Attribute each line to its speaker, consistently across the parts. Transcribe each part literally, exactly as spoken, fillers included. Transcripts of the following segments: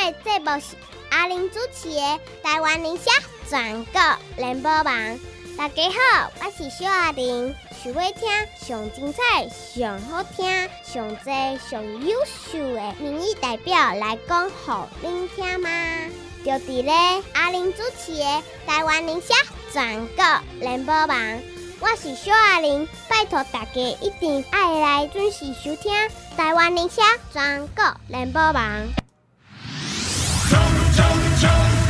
Speaker 1: 的节目是阿玲主持的台湾宁夏全国联播网。大家好，我是小阿玲。想要听上精彩、上好听、上多、上优秀的民意代表来讲给您听吗？就伫咧阿玲主持的台湾宁夏全国联播网。我是小阿玲，拜托大家一定要来准时收听台湾宁夏全国联播网。
Speaker 2: 冲冲冲！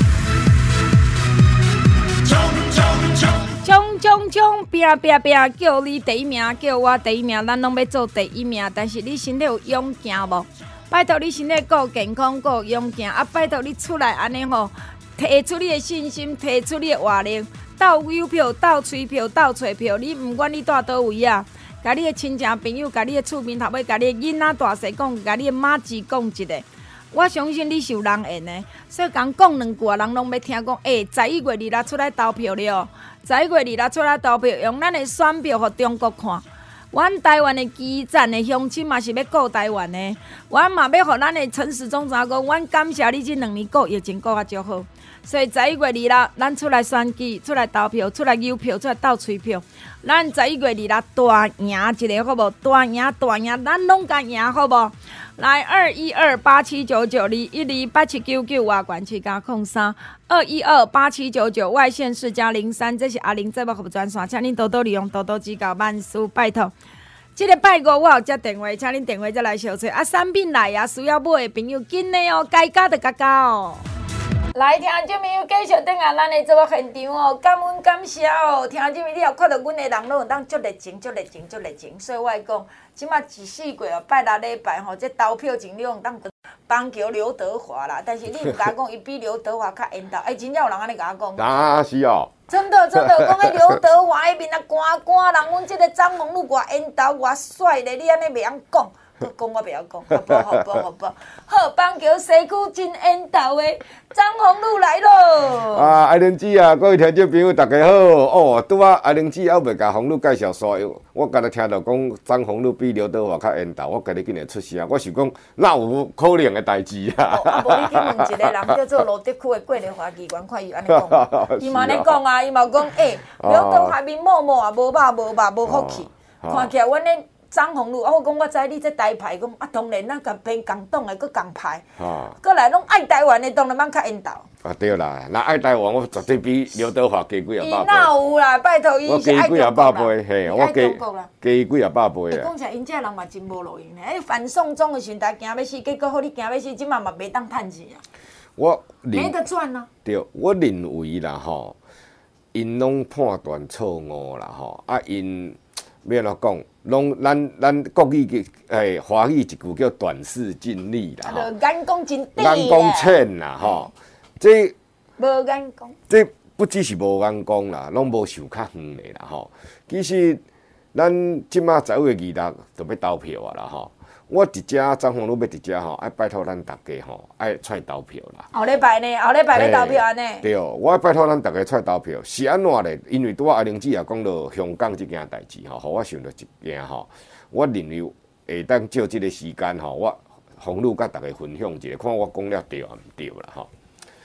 Speaker 2: 冲冲冲！
Speaker 3: 冲冲冲！拼拼拼！叫你第一名，叫我第一名，咱拢要做第一名。但是你身体有勇行无？拜托你身体够健康，够勇行啊！拜托你出来安尼吼，提出你的信心，提出你的活力。斗邮票、斗催票、斗找票，你毋管你住倒位啊，甲你的亲戚朋友、甲你的厝边头尾、甲你的囡仔大细讲，甲你的妈子讲一个。我相信你是有人缘的，所以讲讲两句，人拢要听讲。诶、欸，十一月二日出来投票了，十一月二日出来投票，用咱的选票互中国看。阮台湾的基层的乡亲嘛是要顾台湾的，阮嘛要互咱的陈时中长讲，阮感谢你这两年顾疫情顾较足好。所以十一月二日，咱出来选举，出来投票，出来邮票，出来斗催票。咱十一月二日大赢一个好无？大赢大赢，咱拢甲赢好无？来二一二八七九九二一二八七九九外管区加空三二一二八七九九外县市加零三，这是阿玲节目服务专线，请恁多多利用，多多指教，万事拜托。这个拜五我有接电话，请恁电话再来小找。啊，产品来啊，需要买的朋友紧的哦，该加就加加哦。来，听众朋友继续等下咱的节目现场哦，感恩感谢哦。听众朋友，你也看到阮的人拢有当足热情、足热情、足热情，所以我讲，即马一四月哦，拜六礼拜吼，这投票前你用当帮求刘德华啦，但是你毋甲我讲，伊比刘德华较缘投，哎，真正有人安尼甲我讲。
Speaker 4: 啊，是哦。
Speaker 3: 真的真的，讲迄刘德华迄面啊寒寒人，阮即个张宏路偌缘投偌帅咧，你安尼袂晓讲。我讲我不要讲，好不好？好不好？好不好？好，棒球西区真缘投的张宏路来咯！
Speaker 4: 啊，阿玲姐啊，各位听众朋友，大家好哦！拄啊，阿玲姐还未甲宏路介绍所有，我刚才听到讲张宏路比刘德华较缘投，我家己今日出声，我想讲哪有可能的代志啊？
Speaker 3: 啊，无你去问一个人叫做罗德区的桂林华机关，看伊安尼讲，伊嘛安尼讲啊，伊嘛讲，诶，刘德华面某某啊，无肉无肉无福气，看起来阮咧。张宏路，啊，我讲我知你这台牌，讲啊，当然咱甲偏共党的，佮共派，佮来拢爱台湾的，当然茫较缘投。
Speaker 4: 啊对啦，那爱台湾，我绝对比刘德华加几啊百倍。
Speaker 3: 伊哪有啦？拜托，伊是爱中国啦。我加几啊百倍，嘿，我加加几啊百倍啊。讲起来，因这人嘛真无路用咧。哎，反送中的时代惊要死，结果好你惊要死，即马嘛袂当趁钱啊。我没得赚啊。对，
Speaker 4: 我认为啦吼，因拢判断错误啦吼，啊因。要安怎讲？拢咱咱国语嘅诶，华语一句叫短视尽力啦，
Speaker 3: 吼。眼光真低
Speaker 4: 眼光浅啦，吼。这
Speaker 3: 无眼光。
Speaker 4: 这不只是无眼光啦，拢无想较远的啦，吼。其实咱即马十一月二日就要投票啊啦，吼。我伫遮张宏路要伫遮吼，爱拜托咱大家吼，爱出来投票啦。
Speaker 3: 后礼拜呢？后礼拜要投票安尼。
Speaker 4: 对，我爱拜托咱大家出来投票，是安怎咧？因为拄啊阿玲姐也讲到香港即件代志吼，互我想到一件吼，我认为会当借即个时间吼，我宏路甲大家分享一下，看我讲了对啊毋对啦吼。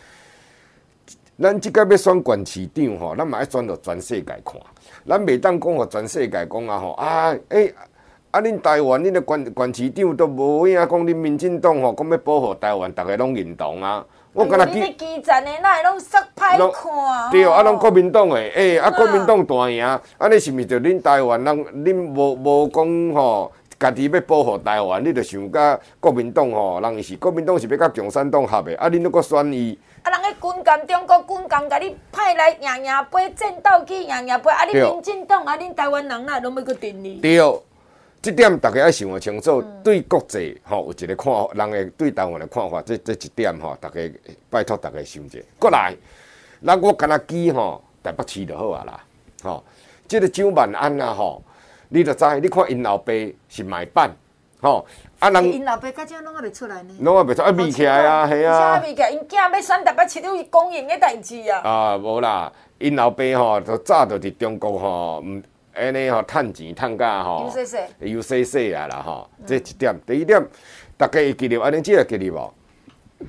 Speaker 4: 咱即个要选县市长吼，咱嘛爱选到全世界看，咱袂当讲互全世界讲啊吼啊诶。欸啊！恁台湾恁个县县市长都无影讲，恁民进党吼讲要保护台湾，大家拢认同啊。
Speaker 3: 我敢若记。恁基层的哪会拢色歹看？
Speaker 4: 对，啊，拢国民党的，诶、欸，啊，国民党大赢，安尼是毋是着恁台湾人，恁无无讲吼，家己要保护台湾，你着想甲国民党吼，人是国民党是要甲共产党合的，啊，恁搁选伊。
Speaker 3: 啊，人个军舰中国军舰甲你派来赢赢飞，战斗机赢赢飞，啊，你民进党啊，恁台湾人哪拢要搁顶你？
Speaker 4: 对。这点大家要想清楚，嗯、对国际吼有一个看法，人的对台湾的看法，这这一点吼，大家拜托大家想者。过来，咱我敢若记吼，台北市就好啊啦，吼，这个蒋万安啊吼，你就知，你看因老爸是卖办，吼，啊人。
Speaker 3: 因老爸到这拢还袂出来呢。
Speaker 4: 拢还袂出，啊密起来啊，系啊。
Speaker 3: 啥密起来？因囝要选台北市长是公营的代志啊。
Speaker 4: 啊，无啦，因老爸吼，就早就伫中国吼，毋。安尼吼，趁钱趁甲吼，
Speaker 3: 有细细，
Speaker 4: 有细细啊啦吼，这一点。第一点，大家会记得，安尼即个记得无？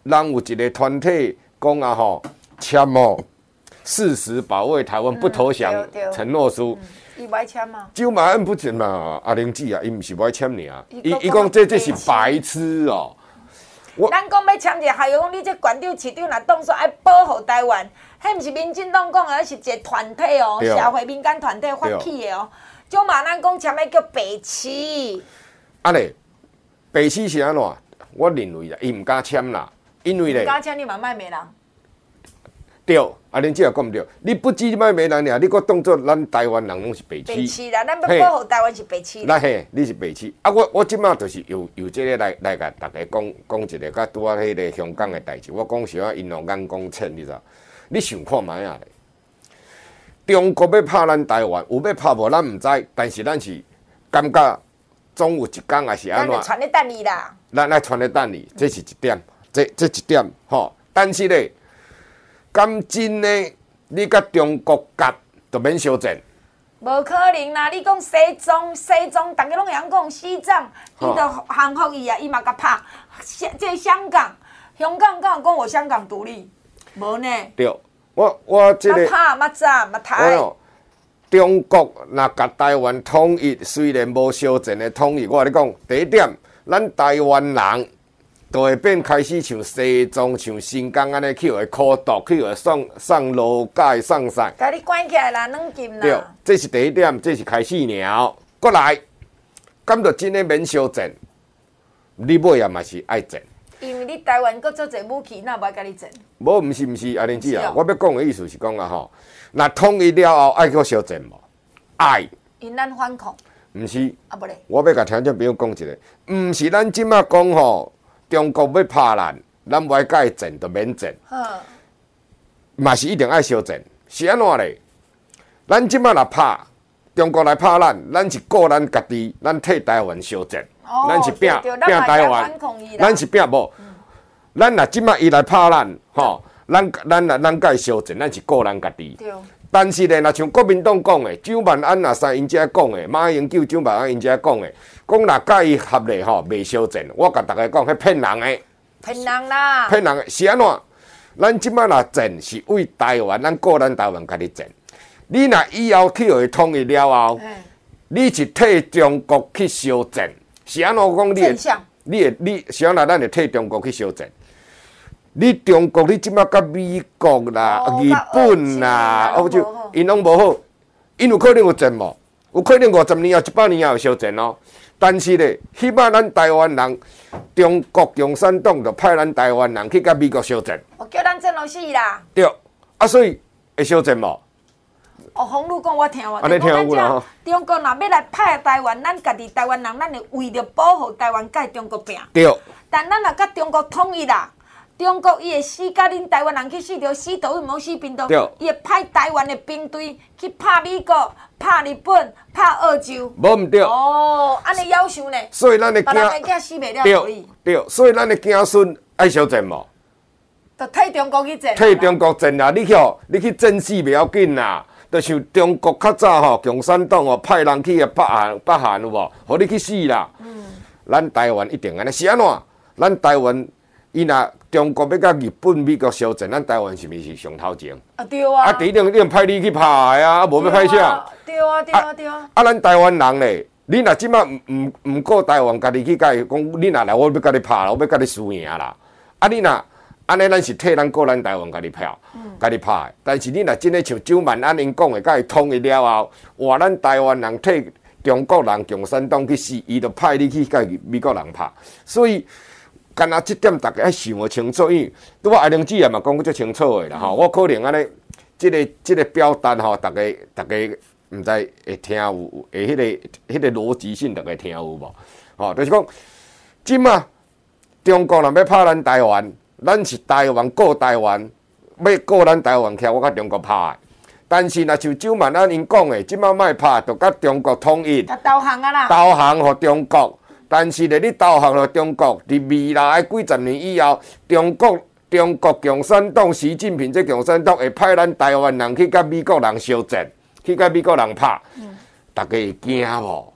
Speaker 4: 人有一个团体讲啊吼，签哦，誓死保卫台湾不投降承诺书。
Speaker 3: 伊不爱签吗？
Speaker 4: 周马恩不签嘛，阿玲姊啊，伊毋是不爱签尔，伊伊讲这这是白痴哦。
Speaker 3: 咱讲要签一个，还有讲你这县长、市长若当作爱保护台湾，迄毋是民进党讲的，是一个团体哦，社会民间团体发起的哦。就嘛咱讲签的叫白痴。
Speaker 4: 啊咧，白痴是安怎？我认为啦，伊毋敢签啦，因为咧，
Speaker 3: 毋敢签你嘛卖骂人。
Speaker 4: 对，阿玲姊也讲毋对，你不止卖骂人尔，你搁当作咱台湾人拢是白痴。
Speaker 3: 白痴啦，咱要保护台湾是白痴。
Speaker 4: 那嘿，你是白痴。啊，我我即马就是有有这个来来甲大家讲讲一个，甲拄啊迄个香港的代志。我讲实话，因用眼光浅，你知道？你想看卖啊咧？中国要拍咱台湾，有要拍无咱毋知，但是咱是感觉总有一天也是安怎？
Speaker 3: 咱就传咧等你啦。
Speaker 4: 咱来传咧等你，这是一点，这这一点吼。但是咧，敢真呢？你甲中国夹就免相战。
Speaker 3: 无可能啦！你讲西藏，西藏，大家拢会晓讲西藏，伊就降服伊啊，伊嘛甲拍。这香港，香港敢有讲我香港独立？无呢。
Speaker 4: 对，我我这个。
Speaker 3: 嘛拍嘛炸嘛台。
Speaker 4: 中国若甲台湾统一，虽然无相战的统一，我跟你讲，第一点，咱台湾人就会变开始像西藏、像新疆安尼去会苦毒，去会上上路界上山。
Speaker 3: 甲你关起来啦，软禁啦。
Speaker 4: 对，这是第一点，这是开始尔。过来，敢着真诶免相战，你尾也嘛是爱战。
Speaker 3: 因为你台湾搁做侪武器，哪无爱甲你战？
Speaker 4: 无，毋是毋是，阿玲姊啊，我要讲的意思是讲啊吼，若统一了后爱搁相战无？爱。
Speaker 3: 因咱反抗。
Speaker 4: 毋是。
Speaker 3: 啊无咧。
Speaker 4: 我要甲听众朋友讲一个，毋是咱即马讲吼，中国要拍咱，咱无爱甲伊战就免战。
Speaker 3: 嗯。
Speaker 4: 嘛是一定爱相战，是安怎咧？咱即马若拍，中国来拍咱，咱是顾咱家己，咱替台湾相战。咱是拼拼台湾，咱是拼无。咱若即马伊来拍咱，吼，咱咱咱咱甲伊相战，咱是顾咱家己。但是咧，若像国民党讲的，蒋万安若三因遮讲的，马英九、蒋万安因遮讲的，讲若甲伊合咧吼，袂相战。我甲大家讲，迄骗人的。
Speaker 3: 骗人啦！
Speaker 4: 骗人的是安怎？咱即马若战是为台湾，咱顾咱台湾家己战。你若以后去互伊统一了后，你是替中国去相战。是安怎讲？你会，你会，你是安怎？咱会替中国去相战。你中国，你即马甲美国啦、哦、日本啦、欧洲，因拢无好，因有可能有战无？有可能五十年后、一百年后有相战哦。但是咧，起码咱台湾人，中国共产党就派咱台湾人去甲美国相战。
Speaker 3: 我叫咱战落死啦。
Speaker 4: 对，啊，所以会相战无？
Speaker 3: 哦，洪路讲我听话，
Speaker 4: 安尼听有啦。
Speaker 3: 中国若要来派台湾，咱家己台湾人，咱会为着保护台湾，甲中国拼。
Speaker 4: 对。
Speaker 3: 但咱若甲中国统一啦，中国伊会死，甲恁台湾人去死着，死倒毋好死冰岛。对。伊会派台湾的兵队去拍美国、拍日本、拍澳洲。
Speaker 4: 无毋对。
Speaker 3: 哦，安尼夭寿呢？
Speaker 4: 所以咱的
Speaker 3: 别人的囝死袂了可以。
Speaker 4: 对，所以咱的子孙爱相战无？
Speaker 3: 就替中国去战。
Speaker 4: 替中国战啦！你去哦，你去战死袂要紧啦。就像中国较早吼，共产党哦派人去啊北韩，北韩有无？互你去死啦！嗯，咱台湾一定安尼是安怎？咱台湾伊若中国要甲日本、美国相战，咱台湾是毋是上头前？啊
Speaker 3: 对啊！
Speaker 4: 啊，一定一定派你去拍的啊，啊无要派啥？
Speaker 3: 对啊对啊对啊！
Speaker 4: 啊，咱台湾人咧，你若即马毋毋毋顾台湾家己去甲伊讲，你若来，我要甲你拍啦，我要甲你输赢啦！啊，你若安尼咱是替咱顾咱台湾家己票，家己拍。但是你若真诶像蒋万安因讲诶，甲伊统一了后，话咱台湾人替中国人共产党去死，伊就派你去甲美国人拍。所以，干那即点大家要想个清楚，因为拄我爱玲姊也嘛讲个足清楚诶啦吼。我可能安尼，即个即个表达吼，大家大家毋知会听有，会迄个迄个逻辑性大家听有无？吼，就是讲，即嘛中国人要拍咱台湾。咱是台湾顾台湾，要顾咱台湾徛我甲中国拍。但是若像蒋万安因讲的，即摆莫拍，就甲中国统一。
Speaker 3: 他投降啊啦！
Speaker 4: 投降互中国，但是咧，你投降互中国，伫未来几十年以后，中国中国共产党习近平这共产党会派咱台湾人去甲美国人相战，去甲美国人拍，大家会惊无？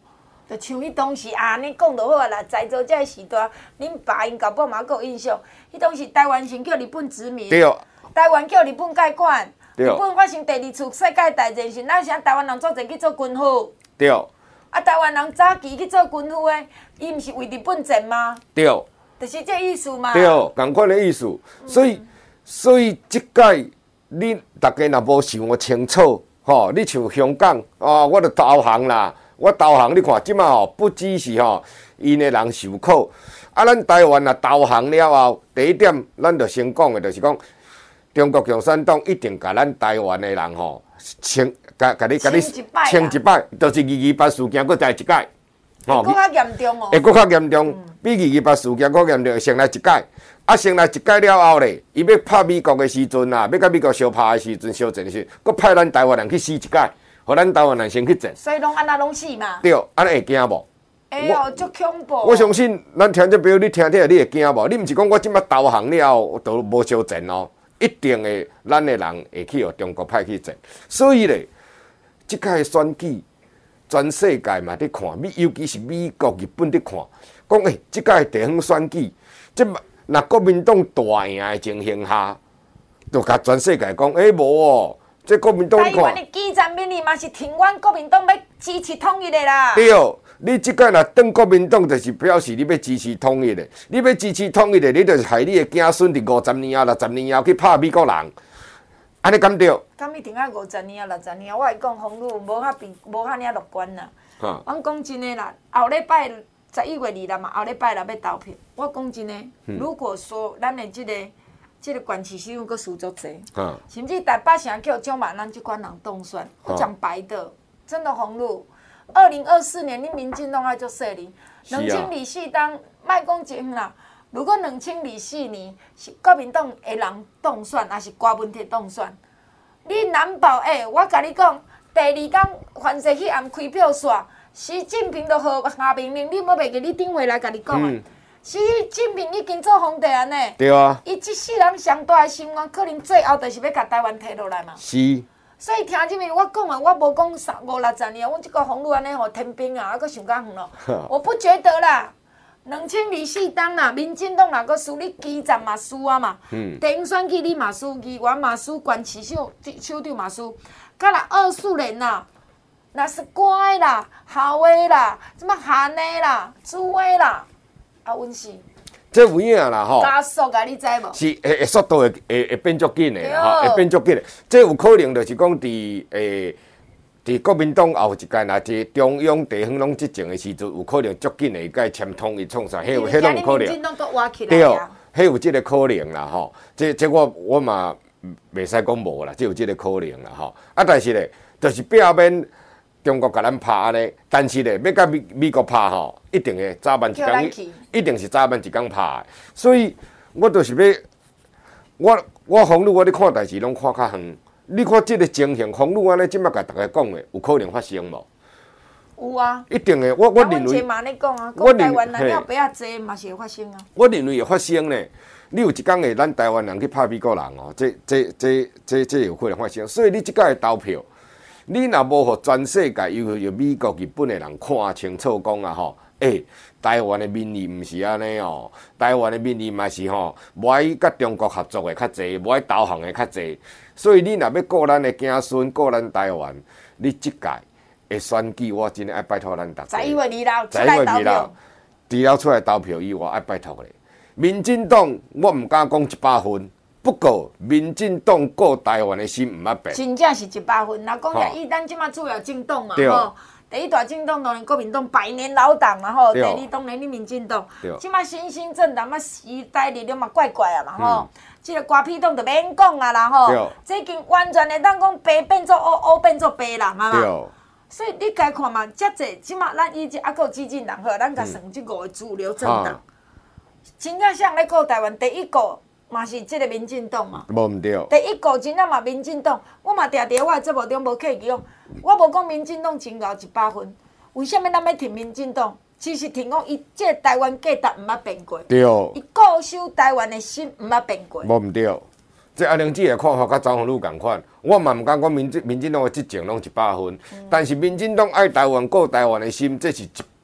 Speaker 3: 就像迄当时啊，安尼讲就好啊啦。在座这个时代，恁爸因搞不嘛还有印象？迄当时台湾先叫日本殖民，
Speaker 4: 对，
Speaker 3: 台湾叫日本介管，
Speaker 4: 对，
Speaker 3: 日本发生第二次世界大战时，咱啥台湾人做侪去做军夫。
Speaker 4: 对。
Speaker 3: 啊，台湾人早期去做军夫诶，伊毋是为日本战吗？
Speaker 4: 对。
Speaker 3: 就是这意思嘛。
Speaker 4: 对，同款的意思。所以，所以即届你大家若无想清楚，吼，你像香港啊，我著投降啦。我投降，你看即马吼，不只是吼因的人受苦，啊，咱台湾啊投降了后，第一点，咱著先讲的，就是讲中国共产党一定甲咱台湾的人吼，清，甲甲你甲你清一摆，就是二二八事件，佫再一届，
Speaker 3: 吼，佫较严重哦，
Speaker 4: 会佫较严重，比二二八事件佫严重，先来一届，啊，先来一届了后咧，伊要拍美国的时阵啊，要甲美国相拍的时阵，相战的时阵，佫派咱台湾人去死一届。互咱台湾人先去战，
Speaker 3: 所以拢安那拢死嘛。
Speaker 4: 对，安尼会惊无？
Speaker 3: 哎呦，足恐怖！
Speaker 4: 我相信咱听这朋友你听听，你会惊无？你毋是讲我即摆投降了后都无相战哦，一定会咱的人会去互中国派去战。所以咧，即届选举，全世界嘛伫看，美尤其是美国、日本伫看，讲诶，即届地方选举，即若国民党大赢的情形下，就甲全世界讲，诶无哦。这国民党看，
Speaker 3: 台湾的基层民意嘛是挺阮国民党要支持统一的啦。
Speaker 4: 对，你即届若当国民党，就是表示你要支持统一的。你要支持统一的，你就是害你的子孙伫五十年后、六十年后去拍美国人，安尼敢对？
Speaker 3: 敢一定啊五十年啊六十年啊？我会讲风雨无遐变，无遐尔乐观啦。
Speaker 4: 哈，
Speaker 3: 我讲真的啦，后礼拜十一月二日嘛，后礼拜六要投票。我讲真的，嗯、如果说咱的即、这个。即个县市首长阁输足济，甚至台北城叫蒋万安即款人当选，我讲白的，真的红路。二零二四年，恁民进党爱做势力，两千二四当卖讲真啦。如果两千二四年是国民党的人当选，还是郭文铁当选，你难保诶、欸！我甲你讲，第二天凡是迄暗开票线，习近平就下下命令，你莫袂记你顶回来甲你讲啊。习近平已经做皇帝安尼，
Speaker 4: 对啊。
Speaker 3: 伊一世人上大的心愿，可能最后就是要甲台湾摕落来嘛。
Speaker 4: 是。
Speaker 3: 所以听这边我讲啊，我无讲三五六十年，阮即个红路安尼吼天兵啊，还佫想较远咯。我不觉得啦，两千二四当啦，民进党若佫输，你基层嘛输啊嘛。嗯。地方选举你嘛输，议员嘛输，县市首首长嘛输，甲若二四年啦，若是官的啦、校的啦、什么县的啦、主的啦。啊，阮是，
Speaker 4: 这有影啦吼，
Speaker 3: 加速啊，你知无？
Speaker 4: 是会会速度会会会变足紧的啦，吼，会变足紧的。这有可能就是讲伫诶，伫国民党后一届若伫中央地方拢执政的时阵，有可能足紧的甲伊签统一创啥，迄有迄拢有可能。对，迄有即个可能啦吼。这这我我嘛袂使讲无啦，即有即个可能啦吼。啊，但是咧，就是避免。中国甲咱拍安尼，但是咧，要甲美美国拍吼，一定会早晚一天，一定是早晚一天拍的。所以，我就是要，我我红路我咧看代志拢看较远。你看即个情形，红路安尼即摆甲大家讲的，有可能发生无？
Speaker 3: 有啊，
Speaker 4: 一定的。我我认为，
Speaker 3: 我台湾人了比较济，嘛是会发生啊。
Speaker 4: 我认为会发生呢。你有一天会咱台湾人去拍美国人哦，这这这这这有可能发生。所以你即届投票。你若无互全世界，尤其美国、日本的人看清楚，讲啊吼，诶、欸，台湾的民意毋是安尼哦，台湾的民意嘛是吼，无爱甲中国合作的较济，无爱投降的较济，所以你若要顾咱的子孙，顾咱台湾，你即届的选举，我真诶爱拜托咱大家。
Speaker 3: 十一月二日出来投票，
Speaker 4: 除了出来投票以外，爱拜托咧。民进党我毋敢讲一百分。不过，民进党顾台湾的心毋捌变，
Speaker 3: 真正是一百分。若讲起，以咱即马主要政党嘛，吼，第一大政党当然国民党百年老党嘛，吼，第二当然你民进党，即马新兴政党嘛时代力量嘛怪怪啊嘛，吼，即个瓜皮党就免讲啊啦，吼，这已经完全会当讲白变做黑，黑变做白人啊嘛。所以你家看嘛，遮济即马咱以前还佫有激进党好，咱甲算即五个主流政党，真正像咧顾台湾第一个。嘛是即个民进党嘛，
Speaker 4: 无毋对。
Speaker 3: 第一个真正嘛民进党，我嘛定定我的节目中无客气讲，我无讲民进党真高一百分。为什么咱要挺民进党？其实挺讲伊即个台湾价值毋捌变过，
Speaker 4: 对，
Speaker 3: 伊固守台湾的心毋捌变过。
Speaker 4: 无毋对，即阿玲姐的看法甲张宏宇共款，我嘛毋敢讲民进民进党的执政拢一百分，嗯、但是民进党爱台湾顾台湾的心，这是一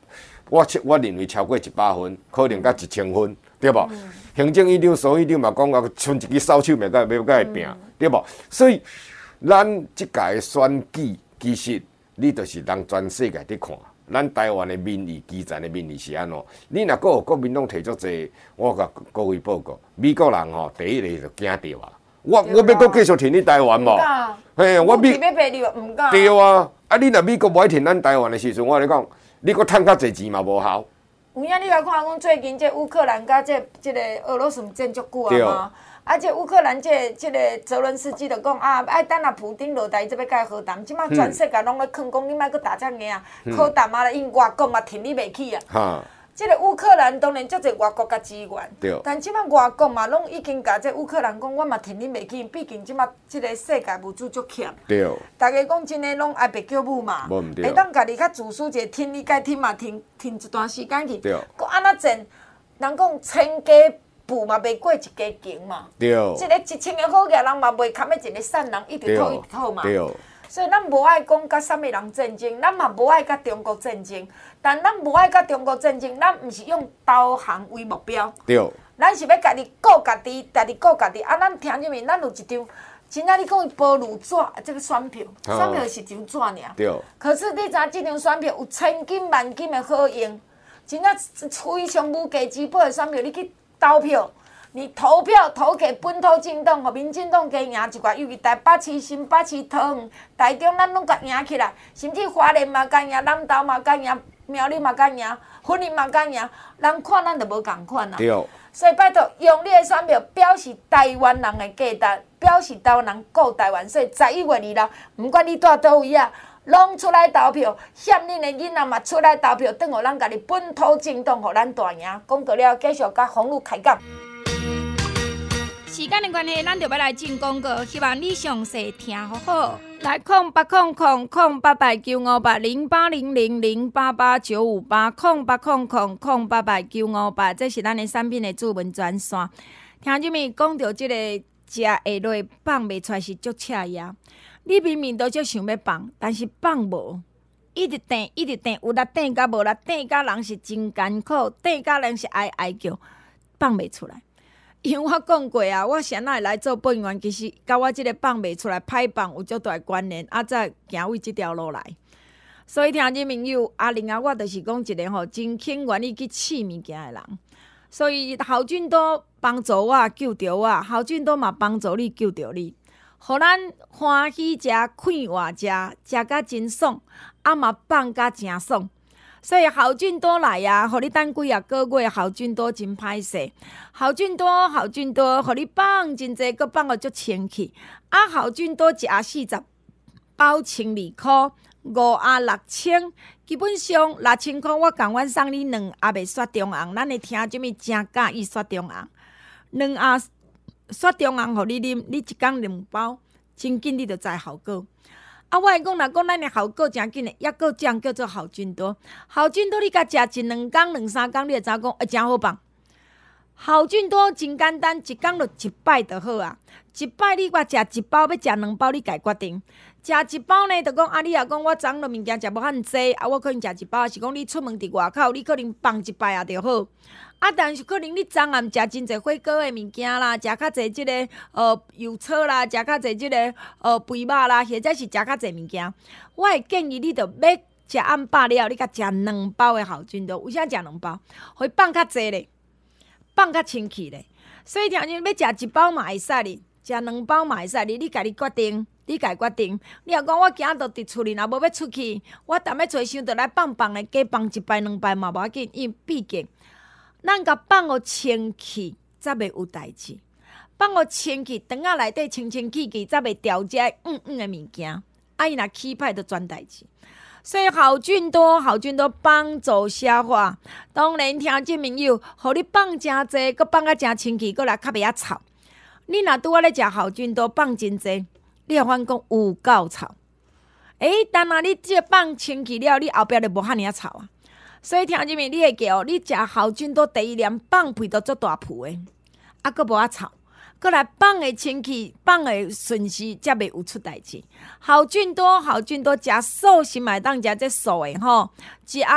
Speaker 4: 我我认为超过一百分，可能到一千分，对不？嗯、行政院长、所长嘛讲啊，剩一支扫帚袂甲袂甲会拼，嗯、对不？所以咱即届选举，其实你就是让全世界伫看。咱台湾的民意，基层的民意是安怎？你若个国民党提出济，我甲各位报告，美国人吼第一个就惊掉啊！我我要搁继续挺你台湾无？嘿，我美
Speaker 3: 唔敢。
Speaker 4: 对啊，啊你若美国无爱挺咱台湾的时阵，我跟你讲，你搁趁较济钱嘛无效。
Speaker 3: 有影你来看，讲最近这乌克兰甲这这个俄罗斯战足久啊嘛。啊！这乌克兰这这个泽伦斯基就讲啊，爱等下普丁落台，这要甲伊和谈。即摆全世界拢咧劝讲，你莫搁打遮硬啊，和谈啊，因外国嘛挺你袂起啊。哈！这个乌克兰当然足侪外国甲支援，对。但即摆外国嘛，拢已经甲这乌克兰讲，我嘛挺你袂起，毕竟即摆这个世界物资足欠。对。大家讲真诶，拢爱白叫母嘛，会当家己较自私者，挺你该挺嘛，挺挺一段时间去。对。搁安那整，人讲千家富嘛袂过一家穷嘛，对，即个一千个好业人嘛袂堪要一个善人一直讨一直讨嘛，对，所以咱无爱讲甲啥物人战争，咱嘛无爱甲中国战争，但咱无爱甲中国战争，咱毋是用导航为目标，对，咱是要家己顾家己，家己顾家己。啊，咱听入面，咱有一张，真正你讲伊保路纸，这个选票，选票是一张纸尔，对，可是你知影即张选票有千金万金的好用，真正非常无价之宝的选票，你去投票，你投票投给本土政党，互民进党加赢一寡，尤其台北市、新北市、桃园、台中，咱拢甲赢起来，甚至花莲嘛甲赢，南投嘛甲赢，苗栗嘛甲赢，云林嘛甲赢，人看咱就无共款啦。对。所以拜托，用你的选票表示台湾人的价值，表示台湾人顾台湾。所以十一月二日，毋管你住倒位啊，拢出来投票，嫌恁的囡仔嘛出来投票，等互咱家己本土政党，互咱大赢。讲到了，继续甲洪路开讲。时间的关系，咱就要来进广告，希望你详细听好好。来，空八空空空八八九五八零八零零零八八九五八空八空空空八八九五八，这是咱的产品的主文专线。听入面讲到这个食下落放袂出来是足赤呀。你明明都足想要放，但是放无，一直等，一直等，有力等甲无力，等甲人是真艰苦，等甲人是哀哀叫，放袂出来。因为我讲过啊，我先来来做保员，其实甲我即个放袂出来歹放有足大关联，啊，才行为即条路来。所以听众朋友，阿玲啊，我就是讲一个吼真肯愿意去试物件的人。所以校俊都帮助我救着我，校俊都嘛帮助你救着你。互咱欢喜食，快活食，食甲真爽，啊嘛放甲真爽。所以校俊多来啊，互你等几啊个月，校俊多真歹势。校俊多，校俊多，互你放真济，佮放互足清气。啊，校俊多一盒四十包千二箍，五盒六千，基本上六千箍，我共阮送你两盒的雪中红，咱会听什么真介意雪中红，两盒。雪中红，互你啉，你一工两包，真紧你就知效果。啊，我会讲，若讲咱的效果真紧的，抑个酱叫做校俊多。校俊多你甲食一两工、两三工，你会知影讲会真好放。校俊多真简单，一工就一摆就好啊。一摆你我食一包，要食两包，你家决定。食一包呢，就讲啊，你若讲我昨落物件食无遐济，啊，我可能食一包，是讲你出门伫外口，你可能放一摆啊就好。啊，但是可能你昨暗食真侪火锅的物件啦，食较侪即个呃油炒啦，食较侪即个呃肥肉啦，或者是食较侪物件，我会建议你着要食暗饱了，你甲食两包的校俊多。为啥食两包？会放较济咧，放较清气咧。所以听见要食一包嘛会使哩，食两包嘛会使哩，你家己决定。你家决定，你若讲我今仔就伫厝里，若无要出去，我踮咧做想着来放放的，加放一摆两摆嘛无要紧，因为毕竟咱甲放互清气，才袂有代志。放互清气，肠仔内底清清气气，才袂调节嗯嗯的物件。啊，伊若起歹，就全代志。所以校俊多，校俊多帮助消化。当然，听众朋友，互你放诚济，佮放啊诚清气，佮来较袂遐臭。你若拄仔咧食校俊多放真济。你会发现讲有够臭，诶、欸，但若你即放清气了，你后壁就无遐尔臭啊。所以听入面你会记哦，你食校俊多第一年放屁都足大噗的，啊，佫无遐臭，佫来放的清气，放的顺时才袂有出代志。校俊多，校俊多食素心嘛当食这素的吼，一盒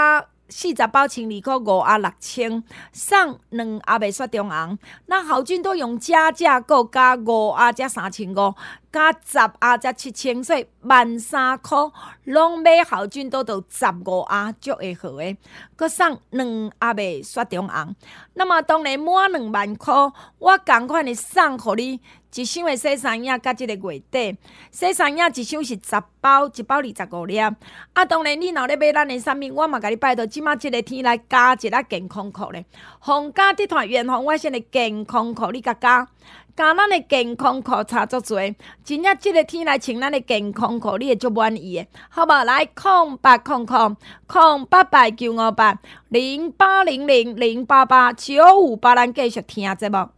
Speaker 3: 四十包清二块五啊六千，送两盒的雪中红。那豪俊都用加价购加五盒才三千五，加十盒才七千，所以万三块拢买豪俊都到十五盒就会好诶。佮送两盒的雪中红。那么当然满两万块，我同款的送互你。一箱的洗衫液，甲即个月底，洗衫液一箱是十包，一包二十五粒。啊，当然你若咧买咱的产品，我嘛甲你拜托，即马即个天来加一个健康裤咧。皇家集团原红外线的健康裤，你甲加，加咱的健康裤差足多，真正即个天来穿咱的健康裤，你会足满意的，好无？来，空八空空空八八九五八零八零零零八八九五八，咱继续听节目。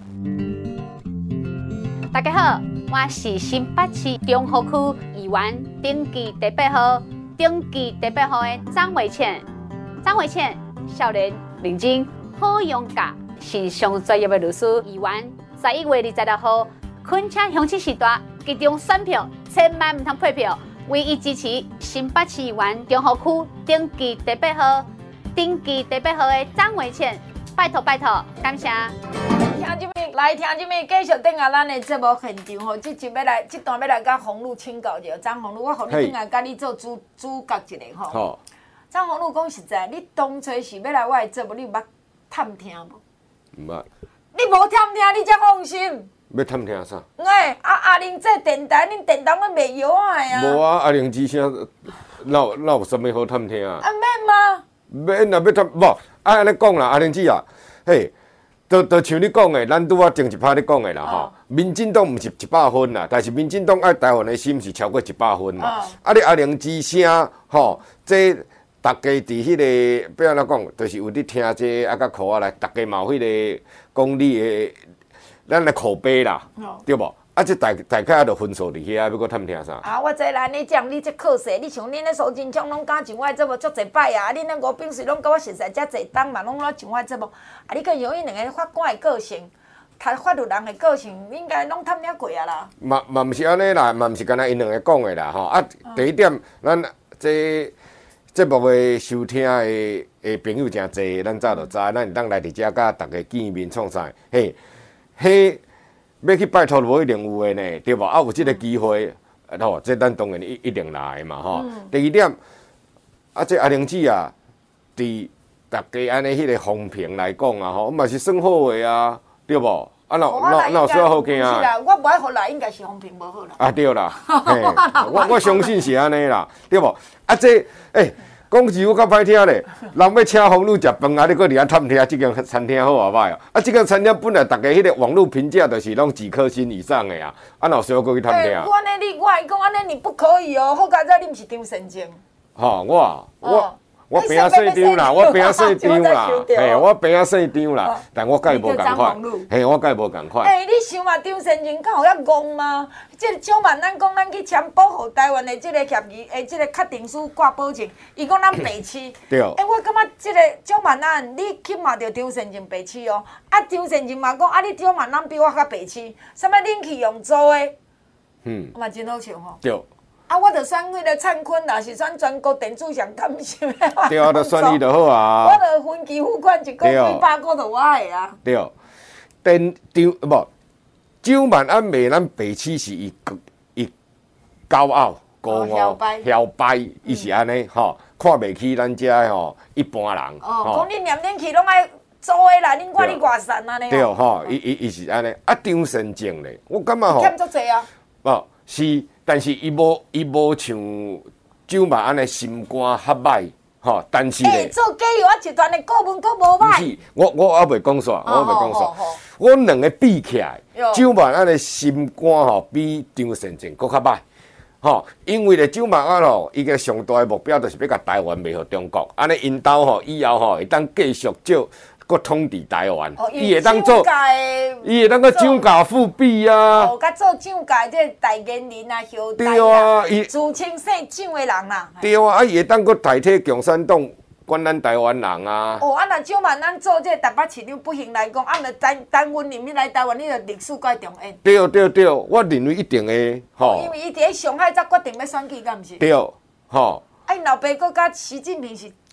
Speaker 5: 大家好，我是新北市中和区议员登记第八号，登记第八号的张伟倩。张伟倩少年认真，好勇敢，是上专业的律师议员。十一月二十六号，恳请乡亲时代集中选票，千万唔通退票，唯一支持新北市议员中和区登记第八号，登记第八号的张伟倩。拜托拜托，感谢。
Speaker 3: 听即面来听即面，继续等下咱的节目现场吼，即集要来，即段要来甲洪路请教着。张洪路，我互你等下甲你做主主角一个吼。好。张洪路讲实在，你当初是要来我的节目，你有捌探听无？
Speaker 4: 毋捌。
Speaker 3: 你无探听，你才放心。
Speaker 4: 要探听啥？
Speaker 3: 哎，啊阿玲这电台，恁电台阮卖药啊呀。
Speaker 4: 无啊，阿玲之声，哪哪有啥物好探听啊？
Speaker 3: 啊免吗？
Speaker 4: 免啦，要探无？啊安尼讲啦，阿玲姊啊，嘿。就就像你讲的，咱拄啊前一趴你讲的啦吼、哦，民进党毋是一百分啦，但是民进党爱台湾的心是超过一百分啦。哦、啊，你阿玲之声吼，这大家伫迄、那个，要安怎讲，就是有伫听这啊，甲靠啊来，大家嘛有迄个讲你的，咱的口碑啦，哦、对无？啊，这大大概就分数伫遐，要搁探听啥？
Speaker 3: 啊，我知啦，你讲你这课势，你像恁咧苏金昌拢敢上我节目足侪摆啊，恁咧吴炳水拢甲我熟悉遮侪档嘛，拢咧上我节目。啊，你佮由于两个法官的个性，读法律人的个性，应该拢探听过啊啦。
Speaker 4: 嘛嘛毋是安尼啦，嘛毋是干那因两个讲的啦吼。啊，第一点，咱这节目的收听的的朋友真侪，咱早就知，咱会当来伫遮甲大家见面创啥？嘿，嘿。要去拜托无一定有诶呢，对无？啊，有即个机会，吼，这咱当然一一定来嘛，吼、嗯。第二点，啊，这阿玲姊啊，伫大家安尼迄个风评来讲啊，吼，嘛是算好诶啊，对无？啊，哪哪哪有需要好惊啊？
Speaker 3: 是啦，我不爱互来，应该是风评无好啦。
Speaker 4: 啊，对啦，我我相信是安尼啦，对无？啊，这诶。欸讲句我较歹听咧，人要请红路食饭啊，你搁伫遐探听即间餐厅好啊歹哦？啊，即间餐厅本来大家迄个网络评价就是拢几颗星以上的啊，啊，哪有需要搁去探听？
Speaker 3: 我安尼你，我来讲安尼你不可以哦，好佳哉你毋是张神经。
Speaker 4: 吼，我我我边仔细张啦，我边仔细张啦，嘿，我边仔细张啦，但我甲伊无共款，嘿，我甲伊无共款。
Speaker 3: 哎，你想嘛，张神经较有遐戆吗？即个蒋万咱讲咱去签保护台湾的即个协议，诶，即个确定书挂保证，伊讲咱白痴。
Speaker 4: 对。
Speaker 3: 哎，我感觉即个蒋万咱，你去骂着张神经白痴哦。啊，张神经嘛讲，啊，你蒋万咱比我较白痴，啥物冷气用做的？嗯。嘛真好笑吼。对。啊，我着选迄个灿坤啦，是选全国电子上感性的。
Speaker 4: 对啊，着选伊就好啊。
Speaker 3: 我着分期付款一个几百个着我的啊。
Speaker 4: 对。电张无。蒋万安骂咱白痴是伊伊高傲、高傲、嚣摆，伊是安尼吼，看袂起咱遮吼一般人。
Speaker 3: 哦，讲你念冷气拢爱做诶啦，恁看你偌善安尼。
Speaker 4: 对吼，伊伊伊是安尼。啊，张神经咧，我感觉吼。
Speaker 3: 欠足济啊。
Speaker 4: 哦，是，但是伊无伊无像蒋万安尼心肝较歹。吼，但是咧，
Speaker 3: 做假药啊，集团的顾问佫无歹。
Speaker 4: 是，我我还袂讲煞，我还袂讲煞。我两个比起来，蒋万安的心肝吼比张善政佫较歹。吼，因为咧蒋万安吼，伊个上大的目标就是要甲台湾卖互中国，安尼因兜吼以后吼会当继续照。搁统治台湾，伊会当做，伊会当搁涨价复辟啊！
Speaker 3: 哦，甲做涨价这代言人啊，后代啊，自称姓蒋的人啦。
Speaker 4: 对啊，啊伊会当搁代替共产党管咱台湾人啊。
Speaker 3: 哦，啊若蒋万咱做这台北市长不行来讲，啊，若单单阮人民来台湾，你着历史改重演。
Speaker 4: 对对对，我认为一定会吼。
Speaker 3: 因为伊伫咧上海才决定要选举，敢毋是？
Speaker 4: 对，吼。
Speaker 3: 啊，因老爸搁甲习近平是。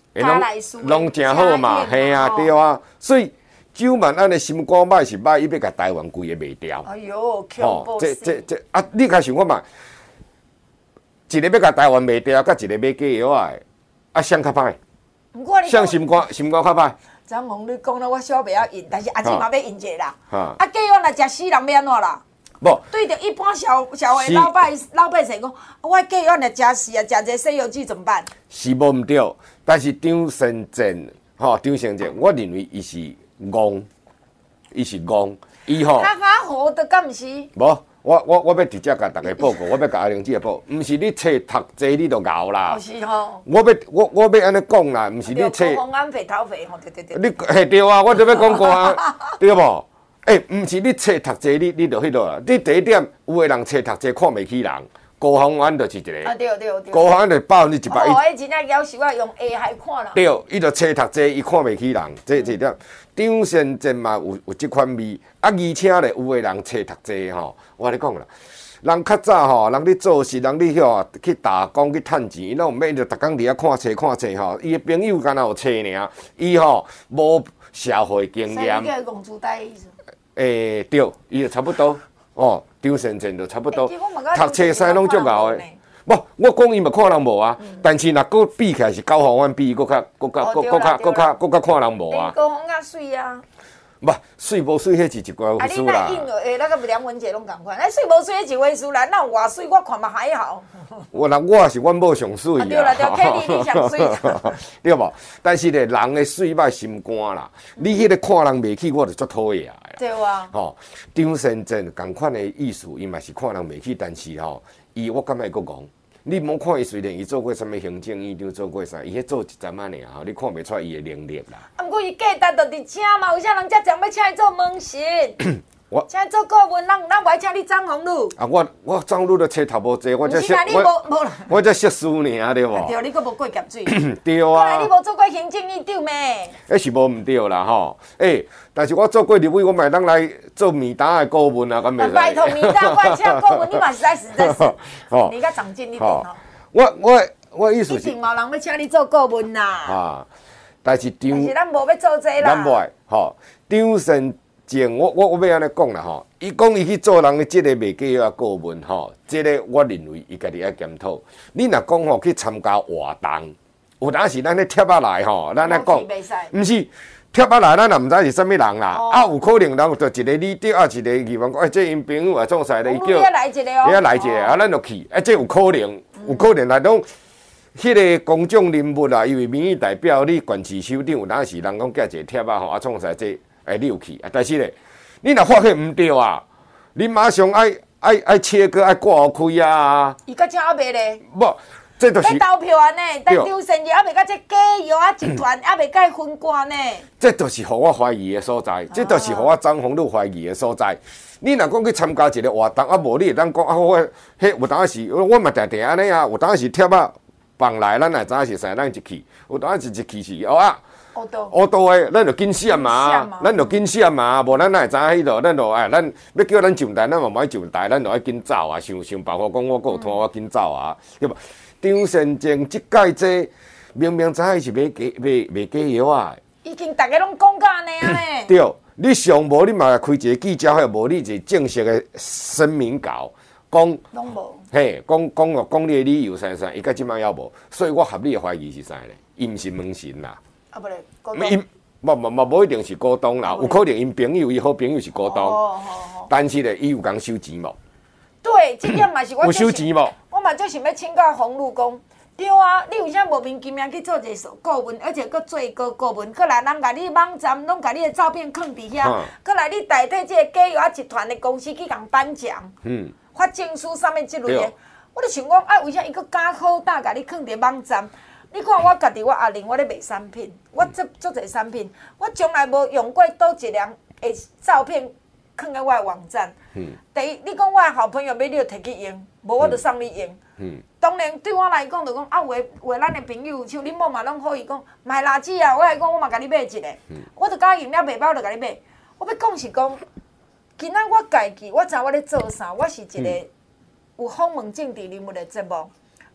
Speaker 4: 会拢拢真好嘛，嘿啊，对啊，所以九万安尼心肝歹是歹，伊要甲台湾规个卖掉。
Speaker 3: 哎呦，恐怖死！
Speaker 4: 这这这啊，你较想看嘛？一个要甲台湾卖掉，甲一个买假药的，啊，谁较歹？谁心肝心肝较歹？
Speaker 3: 张宏，你讲了我小袂晓应，但是阿姊嘛要应者啦。
Speaker 4: 啊，
Speaker 3: 啊，假药若食死人要安怎啦？
Speaker 4: 无
Speaker 3: 对着一般小小的老百老百姓讲，我假药若食死啊，食这西药剂怎么办？
Speaker 4: 是无毋对，但是张先正吼，张先正，我认为伊是戆，伊是戆，伊吼。
Speaker 3: 哈哈好的，敢毋是？
Speaker 4: 无。我我我要直接甲大家报告，我要甲阿玲姐报，毋是你册读济你就熬啦。
Speaker 3: 是吼。
Speaker 4: 我要我我要安尼讲啦，毋是你册。
Speaker 3: 高红肥头肥吼，对对对。
Speaker 4: 你嘿对啊，我就要讲过啊，对无？诶，毋是你册读济你你就迄落啦。你第一点，有个人册读济看袂起人，高洪安就是一个。
Speaker 3: 啊对对对。
Speaker 4: 高洪安就百分之一百。
Speaker 3: 哦，迄真正夭寿啊，用下海看啦。
Speaker 4: 对，伊就册读济，伊看袂起人，这这点。张先正嘛有有即款味，啊，而且咧有个人册读济吼，我咧讲啦。人较早吼，人咧做事，人咧吼去打工去趁钱，伊拢毋免就逐工伫遐看册看册吼。伊个朋友敢若有册尔，伊吼无社会经验。
Speaker 3: 叫公主呆意思。
Speaker 4: 诶，对，伊就差不多哦，张先正就差不多。读册使拢足熬诶。无，我讲伊嘛看人无啊，但是若佫比起来是高洪安比伊佫较佫较佫佫较佫较佫较看人无啊。
Speaker 3: 高洪较水啊。
Speaker 4: 不，水无水，迄是一关回事啦。
Speaker 3: 啊，你那应诶，那个梁文杰拢共款，那水无水，迄一回事啦。那偌水，我看嘛还好。
Speaker 4: 我人我是阮某上水啊。
Speaker 3: 对啦，对，肯定你上水。
Speaker 4: 对无？但是咧，人诶水歹心肝啦。你迄个看人袂起，我就足讨厌啦。
Speaker 3: 对啊。
Speaker 4: 吼，张先正共款诶意思，伊嘛是看人袂起，但是吼，伊我感觉佫讲。你莫看伊虽然伊做过什物行政院长，做过啥，伊迄做一阵仔尔吼，你看袂出伊诶能力啦。
Speaker 3: 啊，毋过伊价值就伫遮嘛，为啥人遮常要请伊做门神？我请伊做顾问，人人袂请你张宏路。
Speaker 4: 啊，我我张路都册读无济，我才识
Speaker 3: 我
Speaker 4: 我才识书尔，对无？
Speaker 3: 对，你佫无过咸水。
Speaker 4: 对啊。
Speaker 3: 过来你无做过行政院长咩？
Speaker 4: 迄是无毋对啦吼，诶，但是我做过立委，我咪当来做面单诶顾问啊，咁咪。
Speaker 3: 拜托面单，我请顾问，你嘛实在实在是，你较长进一点吼。
Speaker 4: 我我我意思是。
Speaker 3: 一定嘛人要请你做顾问啦。
Speaker 4: 啊，但是张。
Speaker 3: 但是咱无要做这啦。
Speaker 4: 咱袂吼，张先正，我我我要安尼讲啦吼，伊讲伊去做人诶即个卖假药顾问吼，即个我认为伊家己爱检讨。你若讲吼去参加活动，有当时咱咧贴仔来吼，咱咧讲，毋是。贴仔来，咱也毋知是啥物人啦。哦、啊，有可能人就一个李德啊，一个议员讲，哎，这因朋友啊，创啥咧？伊叫，
Speaker 3: 你来一个哦，
Speaker 4: 你来一个，啊，咱就去。啊，这有可能，嗯、有可能来讲，迄个公众人物啊，因为民意代表，你县市首长，有当时人讲寄一个贴仔吼，啊，创啥这，哎，你有去啊？但是咧，你若发现毋对啊，你马上爱爱爱切割，爱挂好开啊。
Speaker 3: 伊甲正还袂咧。
Speaker 4: 无。这就是
Speaker 3: 投票安尼，但张先也还袂甲这假药啊集团还袂甲伊分官呢。
Speaker 4: 这就是互我怀疑的所在，这就是互我张宏路怀疑的所在。你若讲去参加一个活动，啊无你会当讲啊，我迄有当时我嘛定定安尼啊，有当时贴啊放来，咱也知是啥，咱就去；有当时一去是哦啊，
Speaker 3: 乌道
Speaker 4: 乌道的，咱就紧闪嘛，咱就紧闪嘛，无咱哪会知迄落，咱就哎，咱要叫咱上台，咱嘛唔爱上台，咱就爱紧走啊，想想办法讲我有拖我紧走啊，对吧？张先正即届这明明知伊是卖假卖卖假药啊！
Speaker 3: 已经大家拢讲到安尼啊咧。
Speaker 4: 对，你上无你嘛开一个记者会，无你一个正式的声明稿，讲
Speaker 3: 拢无。
Speaker 4: 嘿，讲讲哦，讲你的理由啥啥，伊甲即摆还无，所以我合理的怀疑是啥咧？伊毋是门神啦。
Speaker 3: 啊不咧，高东。
Speaker 4: 因无无无无一定是高东啦，有可能因朋友伊好朋友是高东，
Speaker 3: 哦哦、
Speaker 4: 但是咧伊有讲收钱无？
Speaker 3: 对，这点嘛是我。
Speaker 4: 有收钱无？
Speaker 3: 我嘛就想要请教洪路讲，对啊，你为啥莫名其妙去做一个顾问，而且佫做个顾问，佫来人甲你网站拢甲你的照片放伫遐，佫、嗯、来你代替这个假药集团的公司去共颁奖，嗯，发证书啥物之类的，我就想讲，啊，为啥伊佫敢好胆甲你放伫网站？你看我家己，我阿玲，我咧卖产品，我做做一个产品，我从来无用过倒一张的照片。放在我的网站。嗯、第一，你讲我的好朋友要你就摕去用，无我就送你用。嗯、当然对我来讲，就讲啊，为为咱的朋友，像恁某嘛，拢可以讲买垃圾啊。我来讲，我嘛甲你买一个，嗯、我就甲饮料卖包就甲你买。我要讲是讲，今仔我家己，我知我咧做啥，我是一个有访问政治人物的节目。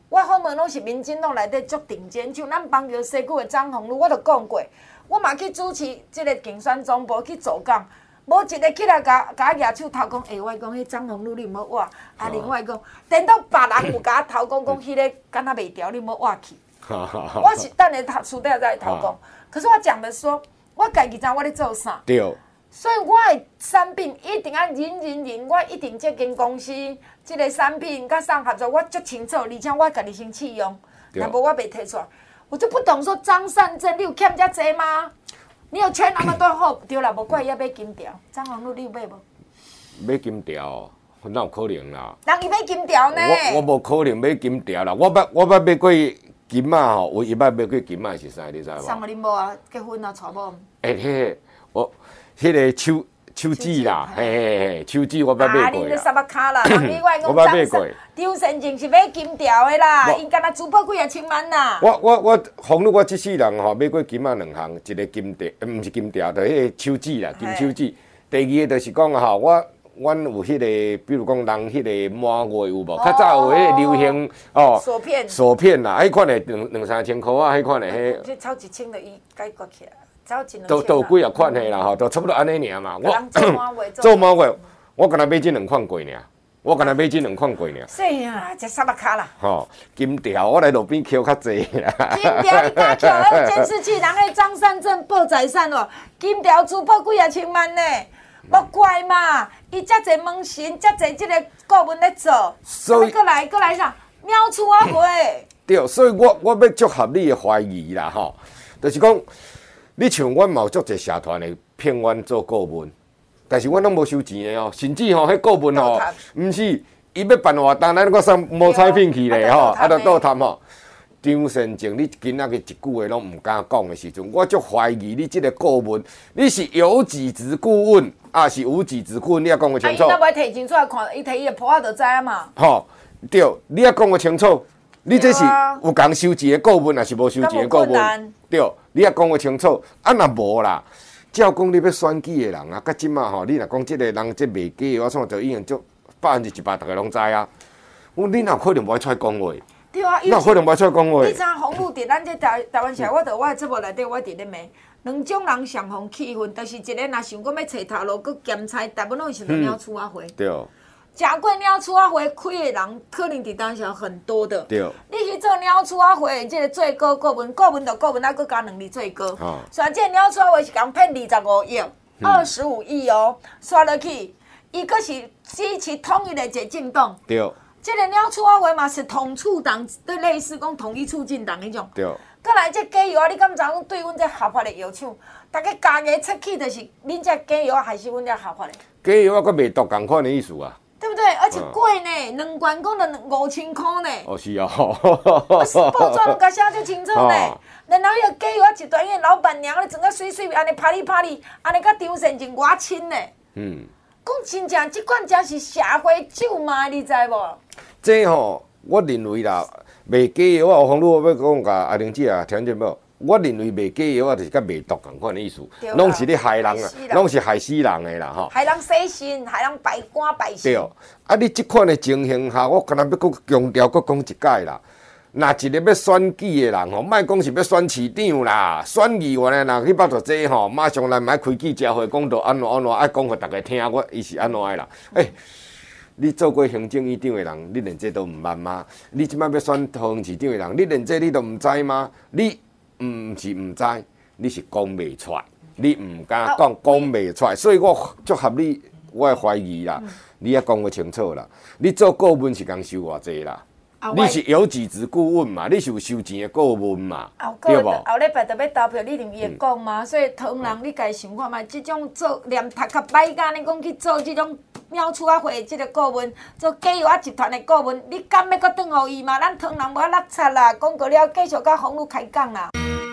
Speaker 3: 我访问拢是民进党内底足顶尖，像咱邦桥西区的张宏儒，我都讲过，我嘛去主持即个竞选总部去做讲，无一个起来甲甲我举手头讲，诶、欸，我讲迄张宏儒你毋好挖，啊，另外讲，等到别人有甲我头讲讲，迄、那个敢若袂调，你毋好挖去。我是等下头私底下再头讲，可是我讲的说，我家己知我咧做啥。
Speaker 4: 对。
Speaker 3: 所以我的产品一定要人人人，我一定这间公司这个产品甲上合作，我足清楚，而且我家己先试用，若无我袂摕出来。我就不懂说张善政，你有欠遮济吗？你有缺那么多好？对啦，无怪伊要买金条，张宏儒你有买无？
Speaker 4: 买金条，哪有可能啦？
Speaker 3: 人伊买金条呢？
Speaker 4: 我我无可能买金条啦，我捌我捌买过金仔吼，唯一捌买过金仔是啥？你知无？
Speaker 3: 送互恁无啊？结婚啊，娶某？
Speaker 4: 诶，迄我。迄个手手指啦，嘿嘿嘿，手指我捌买过啦。啊，
Speaker 3: 你咧三百卡啦，人以外
Speaker 4: 我捌买过。
Speaker 3: 张善政是买金条的啦，因敢若珠宝几啊千万啦。
Speaker 4: 我我我，访问我即世人吼，买过金仔两项，一个金条，毋是金条，就迄个手指啦，金手指。第二个就是讲吼，我阮有迄个，比如讲人迄个满月有无？较早有迄个流行哦，
Speaker 3: 锁片，
Speaker 4: 锁片啦，迄款的两两三千块啊，迄款的迄。
Speaker 3: 这超一千的伊解决起来。
Speaker 4: 都都有几啊款的啦吼，都差不多安尼尔嘛。
Speaker 3: 我
Speaker 4: 做满月，我敢若买这两款过尔，我敢若买这两款过尔。
Speaker 3: 是啊，这三百卡啦。
Speaker 4: 吼，金条我来路边捡较济啦。
Speaker 3: 金条你敢捡？迄监视器人迄张善政报财产哦，金条珠宝几啊千万呢，莫怪嘛，伊遮济门神，遮济这个顾问咧做，所以过来过来啥？鸟厝啊会。
Speaker 4: 对，所以我我要足合理的怀疑啦吼，就是讲。你像阮嘛有足侪社团的骗阮做顾问，但是阮拢无收钱的哦，甚至吼迄顾问吼，毋是伊要办活动，咱我送无彩品去咧吼，啊，着倒摊吼。张善政，你今仔日一句话拢毋敢讲的时阵，我足怀疑你即个顾问，你是有几职顾问，啊是无几职顾问，你也讲个清楚。
Speaker 3: 啊，伊若无摕钱出来看，伊摕伊的簿仔就知啊嘛。
Speaker 4: 吼，对，你也讲个清楚。你这是有共收钱的顾问，还是无收钱的顾问？对，你也讲个清楚。啊，若无啦，照讲你要选举的人啊，甲即马吼，你若讲即个人即卖假，我创就已经足百分之一百，大家拢知啊。我你哪可能无爱出来讲话？
Speaker 3: 对啊，
Speaker 4: 哪可能无爱出来讲话？
Speaker 3: 你知影红路伫咱这台台湾社，我伫我的节目内底，我伫咧骂，两种人上互气愤，就是一个若想讲要找头路，佮兼差，大部分拢是想鸟厝仔花。
Speaker 4: 对。
Speaker 3: 食过鸟厝仔花开的人，可能伫当时很多的。
Speaker 4: 对。
Speaker 3: 你去做鸟厝仔花的这个最高顾问，顾问就顾问，啊，佮加两字最高。哦。所以这鸟厝仔花是共骗二十五亿，二十五亿哦，刷落去，伊佫是支持统一的一个政党。
Speaker 4: 对。
Speaker 3: 这个鸟厝仔花嘛是统促党，对类似讲统一促进党迄种。
Speaker 4: 对。
Speaker 3: 再来这假药啊，你敢知影对阮这合法的药厂，大家加个出去就是恁这假药还是阮这合法的？
Speaker 4: 假药啊，佮卖毒共款的意思啊。
Speaker 3: 对不对？而且贵呢，两罐讲了五千块呢。
Speaker 4: 哦，是啊。
Speaker 3: 报纸拢甲写就清楚呢。然后迄个假药一段，迄老板娘咧整个水水安尼拍哩拍哩，安尼甲张善政偌亲呢。嗯。讲真正，即款才是社会酒嘛，你知无？
Speaker 4: 这吼，我认为啦，卖假药啊，黄路要讲甲阿玲姐啊，听见无？我认为卖假药啊，就是甲卖毒共款的意思，拢是咧害人啊，拢是害死人的啦吼。
Speaker 3: 害人洗心，害人败官败心。
Speaker 4: 对，啊，你即款的情形下，我敢若要搁强调，搁讲一解啦。若一个要选举的人吼，莫讲是要选市长啦，选议员的，若去捌着这吼，马上来买开记者会，讲到安怎安怎，爱讲互大家听，我伊是安怎的啦。诶、欸，你做过行政院长的人，你连这都毋捌吗？你即摆要选桃园市长的人，你连这你都毋知吗？你毋是毋知，你是讲袂出来，你毋敢讲，讲袂出来，所以我足合理，我会怀疑啦。嗯、你也讲个清楚啦，你做顾问是共收偌济啦？啊、你是有几职顾问嘛？你是有收钱的顾问嘛？对无？
Speaker 3: 后礼拜就要投票，你认为会讲嘛？嗯、所以桃人你家想看觅，即种做连读较歹甲你讲去做即种鸟厝仔花的即个顾问，做假药仔集团的顾问，你敢要搁转互伊嘛？咱桃人无落差啦，讲过了，继续甲红路开讲啦。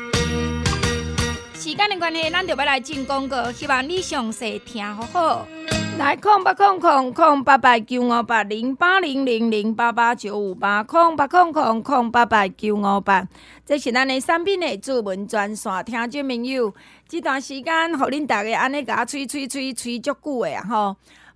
Speaker 3: 时间的关系，咱就要来进广告，希望你详细听好好。来，空八空空空八八九五八零八零零零八八九五八空八空空空八八九五八，这是咱的产品的主文专线，听众朋友，这段时间，互恁大家安尼甲我吹吹吹吹足久的啊吼。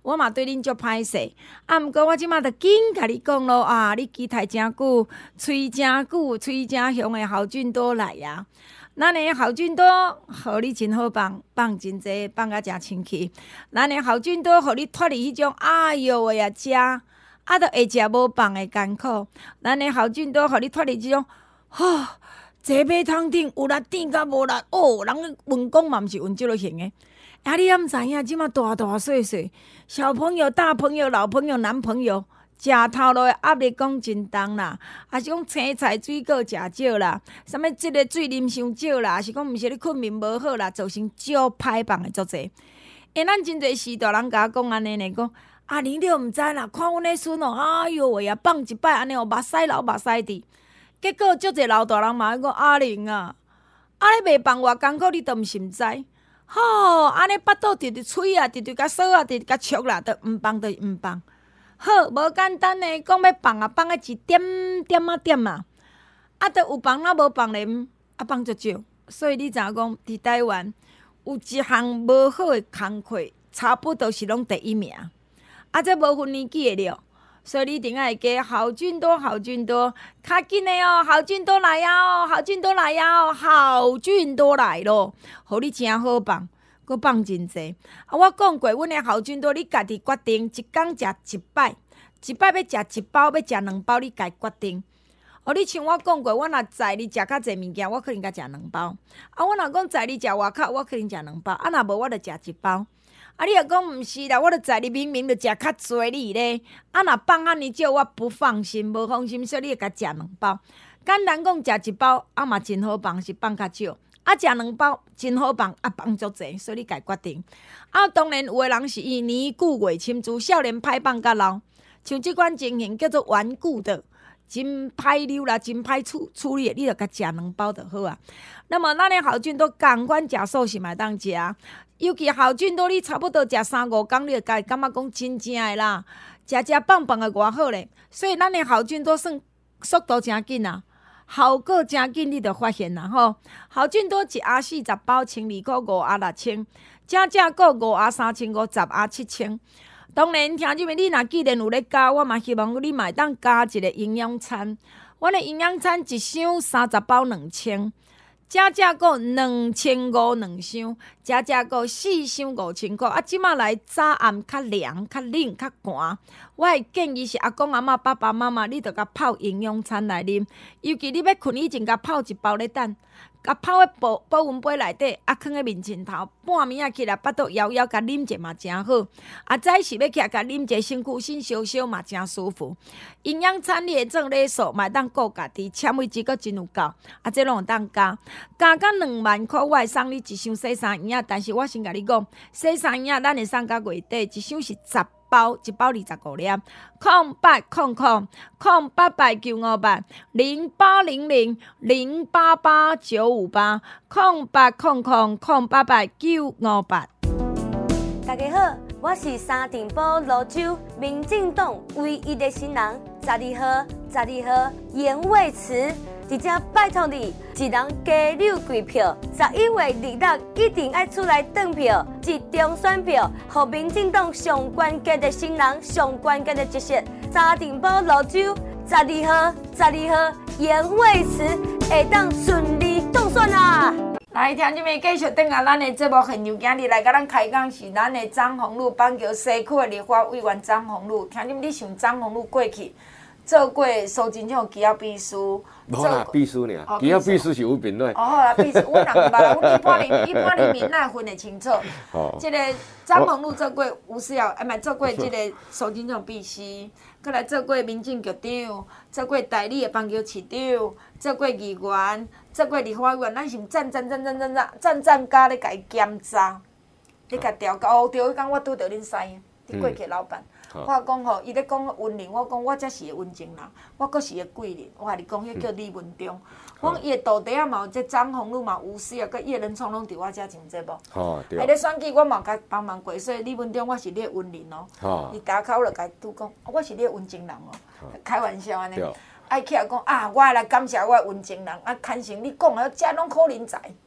Speaker 3: 我嘛对恁足歹势。啊，毋过我即马着紧甲你讲咯啊，你期待诚久，吹诚久，吹诚香的校俊多来啊！咱的校俊多，互你真好放，放真济，放甲诚清气。咱的校俊多，互你脱离迄种哎哟喂啊食，啊，着会食无放的艰苦。咱的校俊多，互你脱离即种，吼、哦，坐马桶顶有力顶甲无力，哦，人运功嘛毋是运即落型的。啊，你也毋知影，即马大大细细，小朋友、大朋友、老朋友、男朋友。食头路的压力讲真重啦，还是讲青菜水果食少啦，啥物即个水啉伤少啦，还是讲毋是你困眠无好啦，造成足歹放的足济。因咱真侪时大人甲我讲安尼呢，讲啊，你都毋知啦，看阮迄孙哦，哎哟喂啊，放一摆安尼哦，目屎流目屎滴。结果足侪老大人嘛讲阿玲啊，啊你袂放偌艰苦，你都毋是毋知。吼，安尼巴肚直直喙啊，直直甲手啊，直直甲戳啦，都毋放就毋放。好，无简单呢，讲要放啊，放啊一点点啊点啊，啊，都有放啊无放咧，啊放足少。所以你知影讲，伫台湾有一项无好的工课，差不多是拢第一名。啊，这无分年纪的了，所以你一定爱加校俊多，校俊多，较紧的哦，校俊多来啊哦，校俊多来啊哦，校俊多来咯，互你诚好放。佮放真济啊！我讲过，阮的校俊多，你家己决定，一工食一摆，一摆要食一包，要食两包，你家决定。哦，你像我讲过，我若载你食较济物件，我可能甲食两包。啊，我若讲载你食外口，我可能食两包。啊，若无我着食一包。啊，你若讲毋是啦，我着载你明明着食较济你咧。啊，若放安尼少，我不放心，无放心，所以你会甲食两包。简单讲，食一包啊嘛真好放，是放较少。啊，食两包真好放，啊放足济，所以你家决定。啊，当然有的人是伊年久月深，自少年歹放甲老，像即款情形叫做顽固的，真歹溜啦，真歹处处理的，你着甲食两包就好啊。那么咱的校俊都共款食素是嘛当食，尤其校俊都你差不多食三五工，你就家感觉讲真正的啦，食食放放的偌好咧。所以咱的校俊都算速度真紧啊。效果真紧，你就发现啦吼。校俊多一盒四十包，千二块五盒六千，正正个五盒三千五，十盒七千。当然，听入面你若既然有咧加，我嘛希望你嘛当加一个营养餐。阮的营养餐一箱三十包两千，正正个两千五两箱，正正个四箱五千块。啊，即马来早暗较凉、较冷、较寒。我会建议是阿公阿嬷、爸爸妈妈，你着甲泡营养餐来啉。尤其你要困以前，甲泡一包咧等，甲泡喺保保温杯内底，啊，放喺面前头，半暝啊起来，巴肚枵枵，甲啉者嘛真好。啊，早是要起来甲啉者，身躯身烧烧嘛真舒服。营养餐你会做礼数，嘛当顾家己，纤维质阁真有够，啊，这拢有当加，加到两万块，我会送你一箱洗衫液，但是我先甲你讲，洗衫液咱会送到月底，一箱是十。包一包二十五粒，空八空空空八八九五八零八零零零八八九五八空八空空空八八九五八。
Speaker 6: 大家好，我是沙尘堡泸州民进党唯一的新人，十二号，十二号严卫慈。直接拜托你，一人加六几票，十一月二日一定要出来登票，集中选票，互民进党上关键的新人、上关键的角色。沙尘堡泸州，十二号，十二号严卫慈会当顺利当选啊！
Speaker 3: 来，听即面继续等下咱的节目现场，今日来甲咱开讲是咱的张宏禄板桥西区的立法委员张宏禄。听你们你想张宏禄过去做过苏贞昌机要秘书。
Speaker 4: 无啦，秘书尔，机要秘书是吴炳瑞。
Speaker 3: 哦，好啦，秘书，我人毋捌，阮一般人一般人民哪分得清楚。哦。即个张宏禄做过吴思瑶，啊，嘛做过即个苏贞昌秘书，过来做过民政局长，做过代理的板桥市长，做过议员，做过立法委员，咱是赞赞赞赞赞赞赞赞加咧，甲伊检查，咧甲调到哦，对，迄讲我拄着恁师，你过去老板。我讲吼，伊咧讲温人，我讲我才是个温情人，我阁是个贵人。我甲你讲，迄叫李文忠。我讲伊的徒弟啊嘛有这张宏禄嘛有事啊，佮叶仁聪拢伫我遮上节目。哦，对。啊，咧选举我嘛有甲帮忙过，所以李文忠我是你的温人哦。哦。伊打卡我就甲伊拄讲，我是你的温情人哦。开玩笑安尼。对。爱起来讲啊，我来感谢我的温情人啊，牵成你讲啊，遮拢可能在。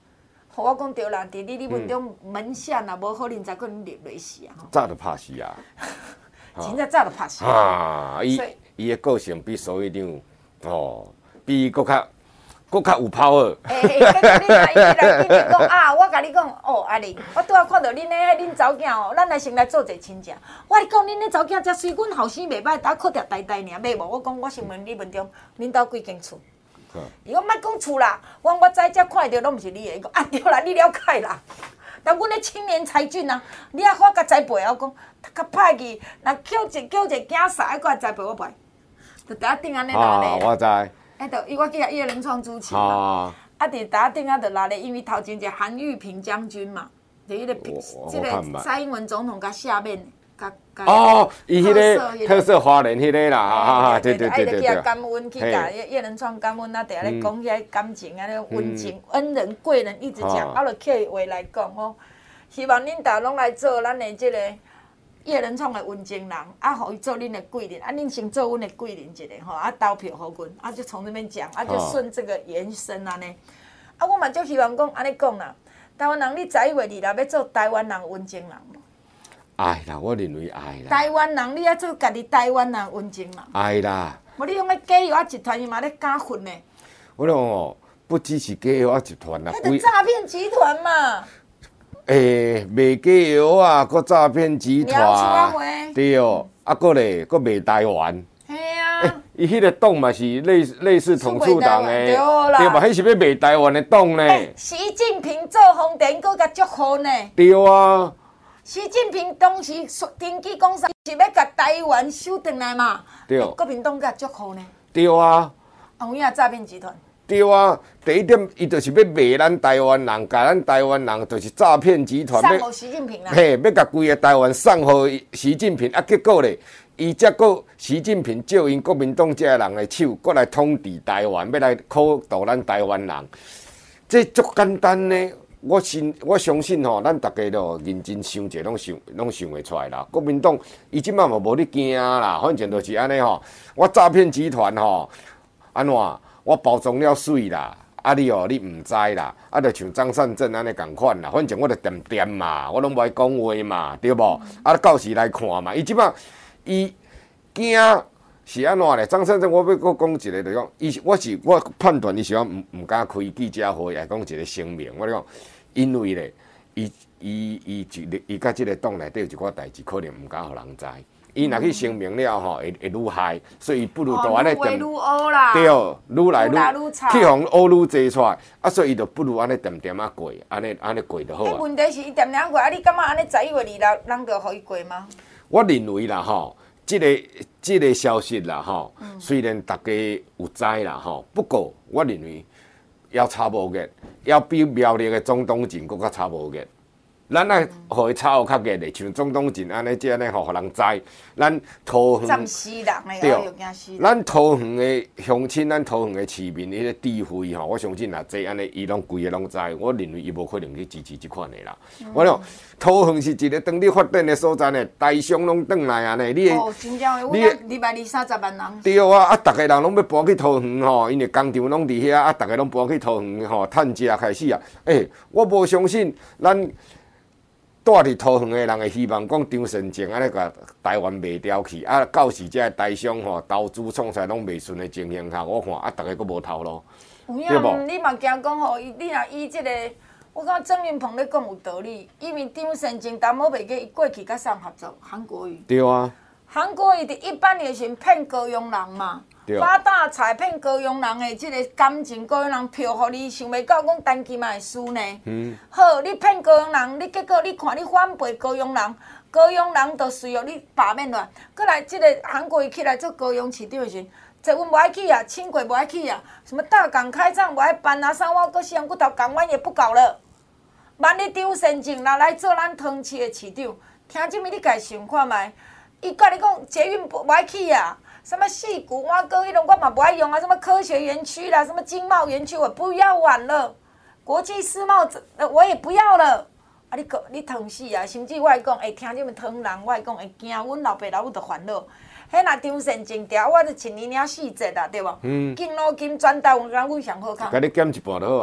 Speaker 3: 互我讲对啦，伫你你文中门线啊，无可能再可能入落死啊！
Speaker 4: 早就拍死啊！
Speaker 3: 真正早就拍死
Speaker 4: 啊！伊
Speaker 3: 所以
Speaker 4: 伊的个性比苏会长哦，比伊搁较搁较有 power。
Speaker 3: 诶，结果你若伊来跟你讲啊，我甲你讲哦，阿玲，我拄仔看到恁迄恁查某囝哦，咱来先来做者亲戚。我跟你讲，恁迄查某囝才水，阮后生袂歹，打靠着呆呆尔，买无？我讲我先问你文中，恁兜几间厝？伊讲莫讲厝啦，我我知遮看着拢毋是你的。伊讲啊对啦，你了解啦。但阮咧青年才俊啊，你啊我甲栽培，我讲较歹去，若叫一叫一个囝婿，还搁栽培我袂，就第一顶安尼拉
Speaker 4: 啊，
Speaker 3: 咧。
Speaker 4: 我知。
Speaker 3: 哎，就伊我记得伊个人创主持嘛。
Speaker 4: 啊。
Speaker 3: 啊，伫打顶啊，就拉咧，因为头前一个韩玉平将军嘛，就迄个即个蔡英文总统甲下面，甲甲
Speaker 4: 哦，伊迄个特色花莲迄个啦，哈哈，对对对对对。
Speaker 3: 啊，伊感恩去甲叶人创感恩啊，第下咧讲遐感情啊，咧温情、恩人、贵人一直讲，啊，就摕话来讲吼。希望恁大拢来做咱的即个叶人创的温情人，啊，互伊做恁的贵人，啊，恁先做阮的贵人一个吼，啊，投票互阮，啊，就从这边讲，啊，就顺这个延伸安尼。啊，我嘛就希望讲安尼讲啦，台湾人你十一月二六要做台湾人温情人无？
Speaker 4: 爱啦，我认为爱啦。
Speaker 3: 台湾人你要做家己台湾人温情人。爱
Speaker 4: 啦。
Speaker 3: 无你用个假药集团伊嘛咧假混呢。
Speaker 4: 我讲哦，不只是假药集团啦，
Speaker 3: 迄个诈骗集团嘛。
Speaker 4: 诶，卖假药啊，搁诈骗集团，对哦，啊，搁咧，搁卖台湾。
Speaker 3: 系啊。
Speaker 4: 伊迄个党嘛是类类似统促党的，
Speaker 3: 对
Speaker 4: 吧？迄是要卖台湾的党呢。
Speaker 3: 习近平做红电，搁甲祝贺呢。
Speaker 4: 对啊。
Speaker 3: 习近平当时登记讲啥，是要甲台湾收回来嘛？
Speaker 4: 对。
Speaker 3: 国民党甲祝贺呢。
Speaker 4: 对啊。
Speaker 3: 红影诈骗集团。
Speaker 4: 对啊，第一点，伊就是要卖咱台湾人，甲咱台湾人就是诈骗集团，
Speaker 3: 送互习近平啦。
Speaker 4: 嘿，要甲规个台湾送互习近平，啊，结果咧，伊则个习近平借因国民党这人的手，过来统治台湾，要来考倒咱台湾人，这足简单呢。我信，我相信吼，咱大家都认真想者，拢想，拢想会出来啦。国民党伊即摆嘛无咧惊啦，反正就是安尼吼，我诈骗集团吼，安怎？我包装了水啦，啊你哦，你唔知啦，啊就像张善政安尼共款啦，反正我就掂掂嘛，我拢无爱讲话嘛，对无？啊到时来看嘛，伊即摆伊惊是安怎咧？张善政我要搁讲一个，就讲伊我是我判断伊是讲唔唔敢开记者会，来讲一个声明，我讲因为咧，伊伊伊伊伊甲即个党内底有一寡代志，可能唔敢互人知。伊若去声明了吼，会会愈害，所以不如就安尼
Speaker 3: 点，对，
Speaker 4: 愈来愈去互乌愈济出来，啊，所以伊就不如安尼点点啊过，安尼安尼过就好啊。
Speaker 3: 问题是伊点点过，啊，你感觉安尼十一月二六人就互伊过吗？
Speaker 4: 我認為啦，吼，即個即個消息啦，吼，雖然大家有知啦，吼，不過我認為要差無熱，要比苗栗嘅總統陣更加差無熱。咱愛互伊炒較熱咧，像總統陣安尼即安尼，互互人知，咱桃園
Speaker 3: 暫時人誒，對，
Speaker 4: 咱桃園嘅鄉親，咱桃園嘅市民，迄個智慧吼，我相信若即安尼，伊攏規個攏知。我認為伊無可能去支持即款嘅啦。嗯、我講桃園是一個當地發展嘅所在呢，大商攏轉來安尼，你
Speaker 3: 哦，真正誒，你二百二三十萬人。
Speaker 4: 對啊，啊，逐個人攏要搬去桃園吼，因為工廠攏佇遐，啊，逐個攏搬去桃園吼，趁食開始啊。誒、欸，我無相信咱。住伫桃園的人會希望講張善政安尼甲台灣賣掉去，啊，到時這大商吼投資創啥攏袂順的情形下，我看啊，大家佫無頭路，
Speaker 3: 對無？你嘛驚講吼，你若以即個，我感覺鄭運鵬咧講有道理，因為張善政擔好袂記伊過去甲誰合作？韓國瑜。
Speaker 4: 對啊。
Speaker 3: 韓國瑜伫一八年時騙高雄人嘛。發大財騙高雄人的即個感情，高雄人票互你，想袂到講單機嘛會輸呢。嗯、好，你騙高雄人，你結果你看你反背高雄人，高雄人就隨後你罷免了。過來即個韓國瑜起來做高雄市長的時，就阮無愛去啊，輕軌無愛去啊，什麼大港開廠無愛辦啊，啥我擱死人骨頭港灣也不搞了。萬一張善政若來做咱桃市的市長，聽這麼你家想看覓，伊甲你講捷運無愛去啊。什麼矽谷挖溝迄種我嘛不愛用啊，什麼科學園區啦，什麼經貿園區我不要玩了，國際世貿我也不要了。啊你個你疼死啊！甚至我會講，會聽這麼疼人，我會講會驚，阮老爸老母就煩惱。迄若張善政調，我就一年領四折啦，對無？嗯。敬老金轉台灣，阮上好康。
Speaker 4: 甲你減一半就好啊。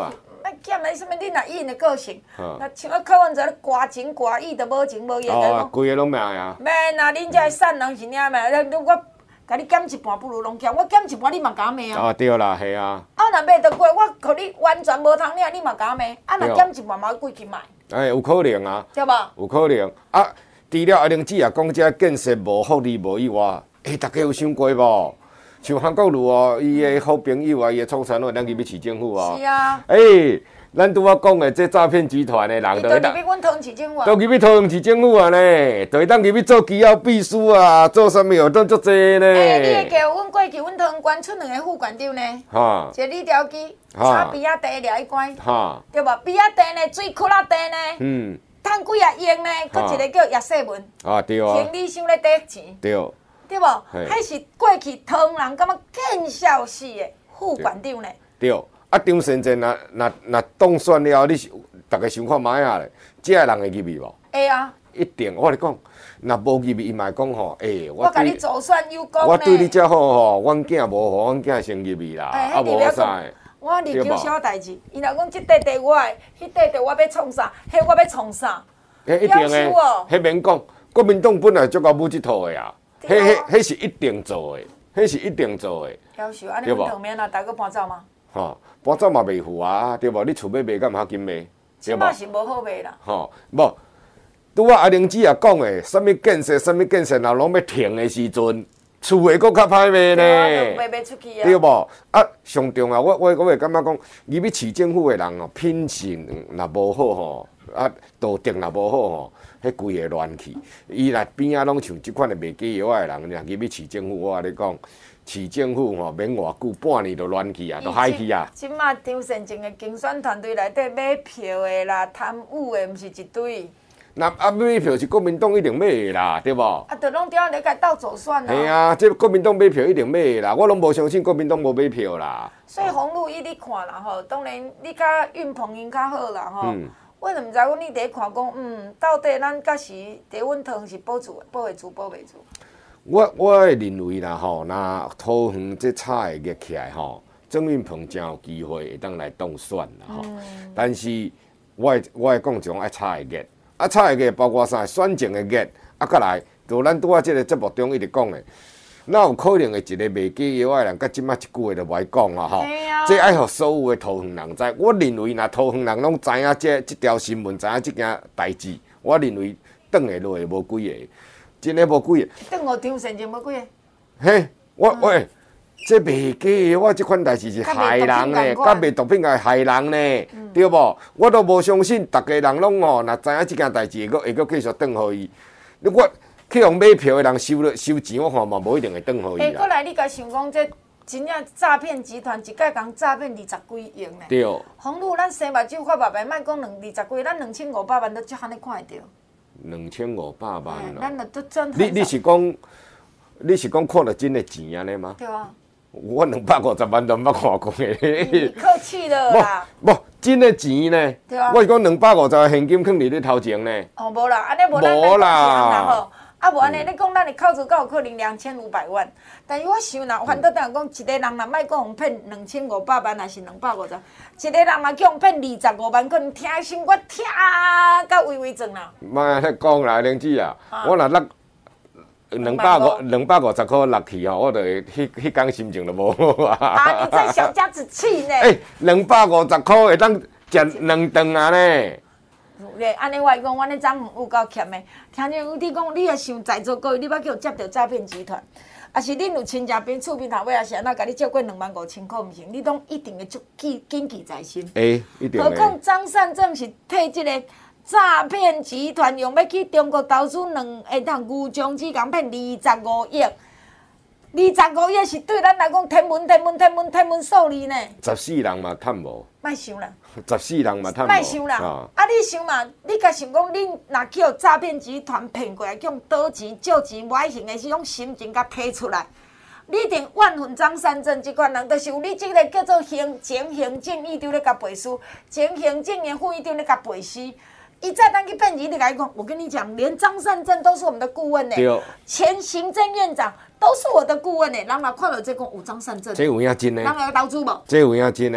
Speaker 3: 那减来什么？你若以因的个性，
Speaker 4: 嗯
Speaker 3: 那像我柯文哲寡情寡义的无情无义的。
Speaker 4: 哦，规个拢卖啊。
Speaker 3: 免啊，恁遮善人是领咩？我甲你减一半，不如拢减。我减一半，你嘛甲我骂啊。
Speaker 4: 啊，对啦，系啊。
Speaker 3: 啊，若骂得过，我互你完全无通领，你嘛甲我骂。啊，若减一半嘛，贵去买，
Speaker 4: 哎，有可能啊。
Speaker 3: 对无？
Speaker 4: 有可能啊。除了阿玲姊也讲遮建设无福利无以外，诶，大家有想过无？像韩国瑜哦，伊的好朋友啊，伊的创产人，咱入去市政府哦。
Speaker 3: 是啊。
Speaker 4: 诶，咱拄仔讲的这诈骗集团的人，
Speaker 3: 就入去阮桃园市政府啊。
Speaker 4: 都入去桃园市政府啊呢，就会当入去做机要秘书啊，做啥物哦，都足济呢。
Speaker 3: 诶，你会记有阮过去阮桃园县出两个副馆长呢？
Speaker 4: 哈。
Speaker 3: 一个李兆基，炒比仔地掠去关。哈。对无？比仔地呢，水窟仔地呢。嗯。趁几啊亿呢？佮一个叫叶世文。啊，对啊。行李箱咧得钱。对。对无？迄是过去桃园人感觉见笑死的副馆长呢。
Speaker 4: 对。啊，张先生若若若当选了，你是大家想看卖啊咧？这个人会入去无？
Speaker 3: 会啊。
Speaker 4: 一定，我咧讲，若无入去，伊嘛讲吼，诶，
Speaker 3: 我甲你助选有功呢。
Speaker 4: 我对你遮好吼，阮囝无互阮囝先入去啦，啊无啥。
Speaker 3: 我立求小代志，伊若讲即块地我的，迄块地我要创啥，迄我要创啥？
Speaker 4: 迄一定诶，迄免讲，国民党本来足够买即套诶啊，迄迄迄是一定做诶，迄是一定做诶。
Speaker 3: 夭寿，安尼阮堂面啊，大哥搬走吗？
Speaker 4: 吼，搬走嘛袂赴啊，对无？你厝要卖，敢较紧卖？
Speaker 3: 即摆是无好卖啦。
Speaker 4: 吼，无，拄啊阿玲姊也讲诶，啥物建设，啥物建设，若拢要停诶时阵，厝会搁较歹卖呢。
Speaker 3: 卖袂出去啊。
Speaker 4: 对无？啊，上重要，我我我会感觉讲，入去市政府诶人哦，品性若无好吼。啊，道德若无好吼，迄规个乱去。伊若边仔拢像即款的卖假药仔的人，若入去市政府，我甲你讲，市政府吼免偌久，半年就乱去啊，就歹去啊。
Speaker 3: 即马张善政的竞选团队内底买票的啦、贪污的，毋是一堆。
Speaker 4: 那啊买票是国民党一定买的啦，对无？
Speaker 3: 啊，就拢蹛咧甲斗走算啦。
Speaker 4: 系啊，这国民党买票一定买的啦，我拢无相信国民党无买票啦。
Speaker 3: 所以红路伊你看啦吼，当然你甲运鹏因较好啦吼。嗯。我就毋知讲你伫看讲，嗯，到底咱到时伫阮桃园是保住保会住保袂住？
Speaker 4: 我我会认为啦吼，若桃园这菜会热起来吼，郑运鹏真有机会会当来当选啦吼。嗯、但是我会我会讲一种爱菜会热，啊菜会热包括啥？选情会热，啊再来就咱拄仔即个节目中一直讲的。哪有可能会一个卖假药的人，甲即摆一句话就袂讲啊吼！这爱互所有的桃园人知。我认为，若桃园人拢知影这这条新闻，知影这件代志，我认为转下落无几个，真诶无几个。
Speaker 3: 转五张甚至无几个。
Speaker 4: 嘿，我喂，这卖假药，我这款代志是害人呢，甲卖毒品个害人呢，对无？我都无相信，逐个人拢哦，若知影这件代志，会阁会阁继续转互伊。我。去用买票的人收了收钱，我看嘛无一定会转互伊啦。诶，
Speaker 3: 过来你甲想讲，这真正诈骗集团一届共诈骗二十几亿呢。
Speaker 4: 对。
Speaker 3: 红路咱生目睭发白白，莫讲两二十几，咱两千五百万都只安尼看会到。
Speaker 4: 两千五百万咯。
Speaker 3: 咱都真。
Speaker 4: 你你是讲，你是讲看到真的钱安尼吗？
Speaker 3: 对啊。
Speaker 4: 我两百五十万都毋捌看过
Speaker 3: 诶。客气了啦。
Speaker 4: 无真的钱呢？
Speaker 3: 对啊。
Speaker 4: 我是讲两百五十万现金放伫你头前呢。
Speaker 3: 哦，无啦，安尼无咱
Speaker 4: 无啦。
Speaker 3: 啊，无安尼，你讲咱的扣除够有可能两千五百万，但是我想啦，反倒等于讲一个人若莫讲互骗两千五百万，还是两百五十，一个人若叫互骗二十五万，可能听心我听到微微转啦。
Speaker 4: 莫安尼讲啦，玲姊啊，我若落两百五两百五十块落去吼，我就迄迄工心情就无好啊。
Speaker 3: 啊，你这小家子气呢？
Speaker 4: 诶，两百五十块会当食两顿啊呢。
Speaker 3: 咧，安尼我讲，我咧昨有够欠的。听见你讲，你也想在座各位，你捌叫接到诈骗集团，啊是恁有亲戚边、厝边头尾，也是安那，甲你借过两万五千块，毋行，你拢一定会足记谨记在心。
Speaker 4: 诶，一定会。
Speaker 3: 何况张善政是替即个诈骗集团用要去中国投资两，会当牛中之共骗二十五亿。二十五亿是对咱来讲天文天文天文天文数字呢。
Speaker 4: 十四人嘛趁无。
Speaker 3: 莫想啦。
Speaker 4: 十四人嘛趁无。
Speaker 3: 莫想啦。啊，啊你想嘛，你甲想讲，恁若叫诈骗集团骗过来，叫倒钱、借钱、买行的，是种心情甲提出来。你一定万分张善政即款人，就是有你即个叫做行前行政院长咧甲背书，前行政院副院长咧甲背书。一再当去骗钱，你来讲，我跟你讲，连张善政都是我们的顾问呢。对。前行政院长都是我的顾问呢。人若看到这讲有张善政，
Speaker 4: 这有影真呢。
Speaker 3: 人来投资无？
Speaker 4: 这有影真呢。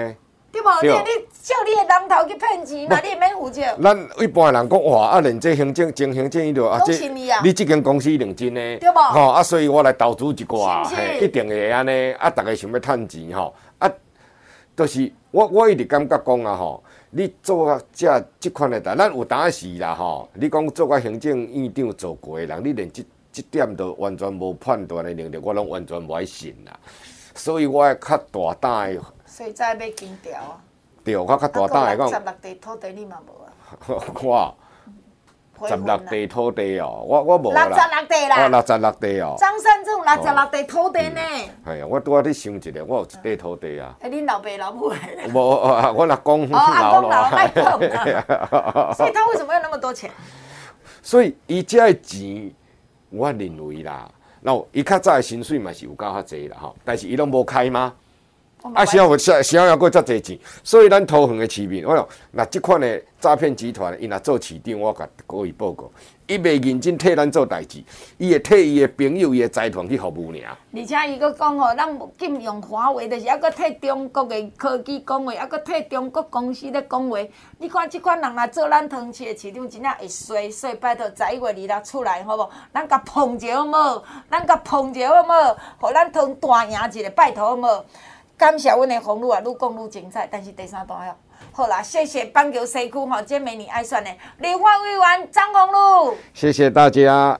Speaker 3: 对无？你你叫你的人头去骗钱嘛，你免负责。
Speaker 4: 咱一般人讲哇，啊，连这行政、经行政伊就啊，
Speaker 3: 这
Speaker 4: 你这间公司一定真的，
Speaker 3: 对无？
Speaker 4: 吼啊，所以我来投资一寡，
Speaker 3: 是是
Speaker 4: 一定会安尼。啊，大家想要趁钱吼，啊，就是我我一直感觉讲啊吼，你做啊这这款的代，咱有当时啦吼，你讲做个行政院长做过的人，你连这这点都完全无判断的能力，我拢完全无爱信啦。所以我爱较大胆的。
Speaker 3: 所以才要金条啊。
Speaker 4: 对，我较大胆的讲。
Speaker 3: 十六地土地你嘛无啊？
Speaker 4: 我十六地土地哦，我我无啦。
Speaker 3: 六十六地啦。
Speaker 4: 我六十六地哦。
Speaker 3: 张三总六十六地土地呢。
Speaker 4: 系啊，我拄仔咧想一下，我有一地土地啊。
Speaker 3: 哎，恁老爸老母的。
Speaker 4: 无，我阿公
Speaker 3: 老了。哦，阿公老卖
Speaker 4: 讲。
Speaker 3: 所以他为什么有那么多钱？
Speaker 4: 所以伊这个钱，我认为啦，然后伊较早的薪水嘛是有够较济啦吼，但是伊拢无开吗？啊，想要想想要过遮济钱，所以咱桃园的市民，我讲，那即款的诈骗集团，伊若做市长，我甲各位报告，伊袂认真替咱做代志，伊会替伊的朋友、伊的财团去服务尔。
Speaker 3: 而且伊佫讲吼，咱禁用华为，就是还佫替中国的科技讲话，还佫替中国公司咧讲话。你看即款人若做咱糖市的市长，真正会衰。所以拜托十一月二日出来，好无？咱甲碰者好无？咱甲碰者好无？互咱糖大赢一个，拜托好无？感谢阮的红路啊，愈讲愈精彩。但是第三段哟，好啦，谢谢板桥西区吼，这美女爱选的立法委员张红路。
Speaker 4: 谢谢大家。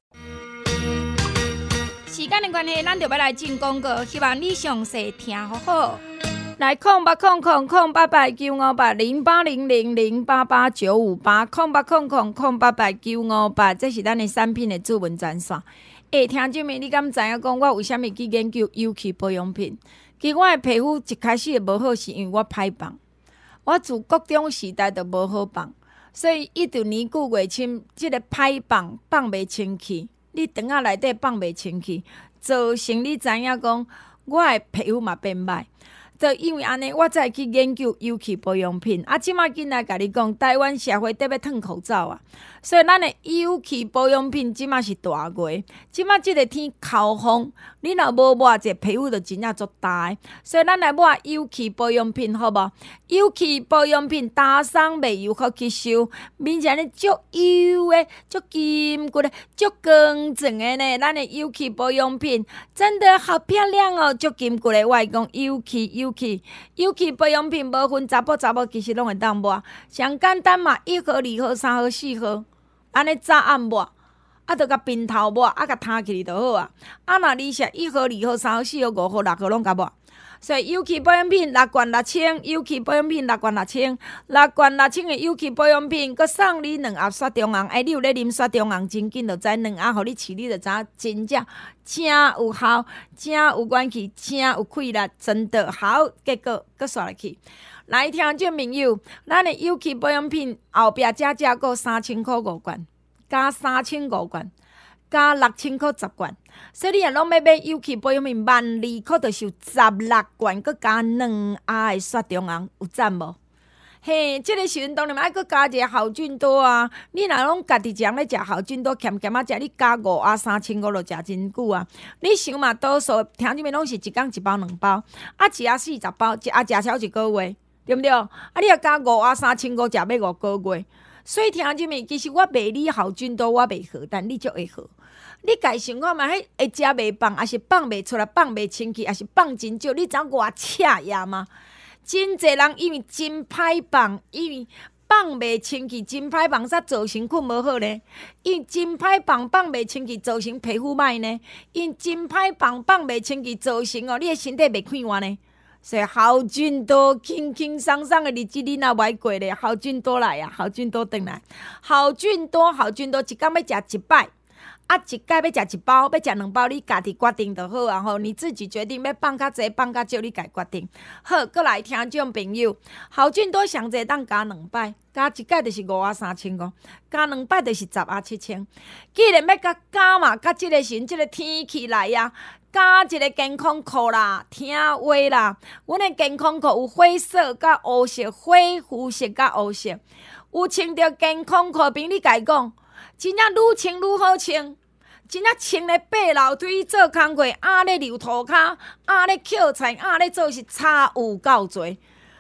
Speaker 3: 时间的关系，咱就要来进广告，希望你详细听好好。来，空八空空空八八九五八零八零零零八八九五八空八空空空八八九五八，这是咱的产品的主文专线。诶，听众们，你敢知影讲我为虾米去研究有机保养品？其实我的皮肤一开始无好，是因为我歹放。我自国中时代就无好放，所以一直年久月深，即、這个歹放放袂清气，你肠仔内底放袂清气，造成你知影讲我的皮肤嘛变歹。就因为安尼，我才去研究有机保养品。啊，即马紧来甲你讲，台湾社会得要脱口罩啊，所以咱的有机保养品即马是大热。即马即个天口风，你若无抹者皮肤就真正足大的。所以咱来抹有机保养品，好无？有机保养品打霜袂油好吸收，面前咧足油的、足金骨的、足光泽的呢。咱的有机保养品真的好漂亮哦，足金骨的。我讲有机有。有机有机保养品无分查甫查某，其实拢会当抹，上简单嘛，一盒、二盒、三盒、四盒，安尼早暗抹，啊，着甲平头抹，啊，甲摊起就好啊。啊，若你是一盒、二盒、三盒、四盒、五盒、六盒拢甲抹。所以有机保养品六罐六千，有机保养品六罐六千，六罐六千的有机保养品，佮送你两盒雪中红。哎，你有咧啉雪中红，真紧就知两盒，互你试你就知真正真有效，真有元气，真有气力，真的好。结果佮刷落去。来，听众朋友，咱的有机保养品后壁加价过三千块五罐，加三千五罐。加六千块十罐，所以你若拢要买有机保养品，万二块就是有十六罐，佮加两盒的雪中红，有赞无？嘿，即、这个时阵当然嘛爱佮加一个好菌多啊！你若拢家己常咧食好菌多，咸咸啊食，你加五盒三千五就食真久啊！你想嘛，多数听这边拢是一工一包两包，啊一盒四十包，一盒食超一个月，对不对？啊，你若加五盒三千五，食要五个月。所以听这边其实我卖你好菌多，我袂好，但你就会好。你家想看嘛？迄会食袂放，还是放袂出来，放袂清气，还是放真少？你知影偌赤呀吗？真侪人因为真歹放，因为放袂清气，真歹放，煞造成困无好呢？因为真歹放，放袂清气，造成皮肤歹呢？因为真歹放，放袂清气，造成哦，你的身体袂快活呢？所以好菌多，轻轻松松的日子你若歹过咧，好菌多来啊，好菌多转来，好菌多，好菌多，一工要食一摆。啊，一摆要食一包，要食两包，你家己决定就好啊！吼，你自己决定要放较济，放较少，你家决定。好，过来听众朋友，好菌多上济当加两摆，加一摆就是五盒三千五，加两摆就是十盒七千。既然要甲加嘛，甲即个时即、这个天气来呀、啊，加一个健康裤啦，听话啦。阮的健康裤有灰色甲黑色，灰肤色甲黑色，有穿着健康裤边，你家讲，真正愈穿愈好穿。真正穿咧爬楼梯做工课，啊咧溜涂骹，啊咧捡菜，啊咧做是差有够多。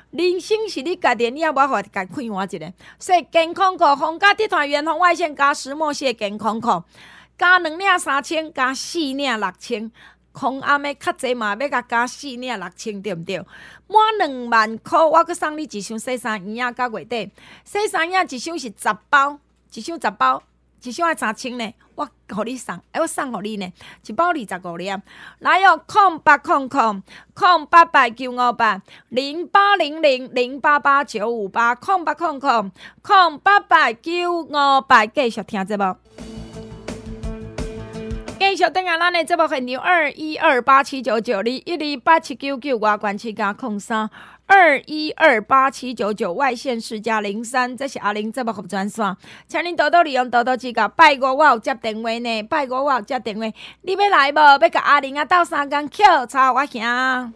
Speaker 3: 人生是你家己，你也无法家开换一个。所以健康裤，红加地团圆红外线加石墨烯健康裤，加两领三千，加四领六千。空暗的较济嘛，要甲加四领六千，对毋对？满两万块，我佮送你一箱洗衫衣啊，到月底洗衫衣一箱是十包，一箱十包，一箱要三千呢。我互你送，哎，我送互你呢，一包二十五粒。来哦，空八空空空八八九五八零八零零零八八九五八空八空空空八八九五八，继续听节目。继续等下咱的节目现场二一二八七九九二一二八七九九外关七加空三二一二八七九九外线四加零三，这是阿玲节目服专线，请您多多利用多多指教。拜五我有接电话呢，拜五我有接电话，你要来无？要甲阿玲啊斗三工捡草我行。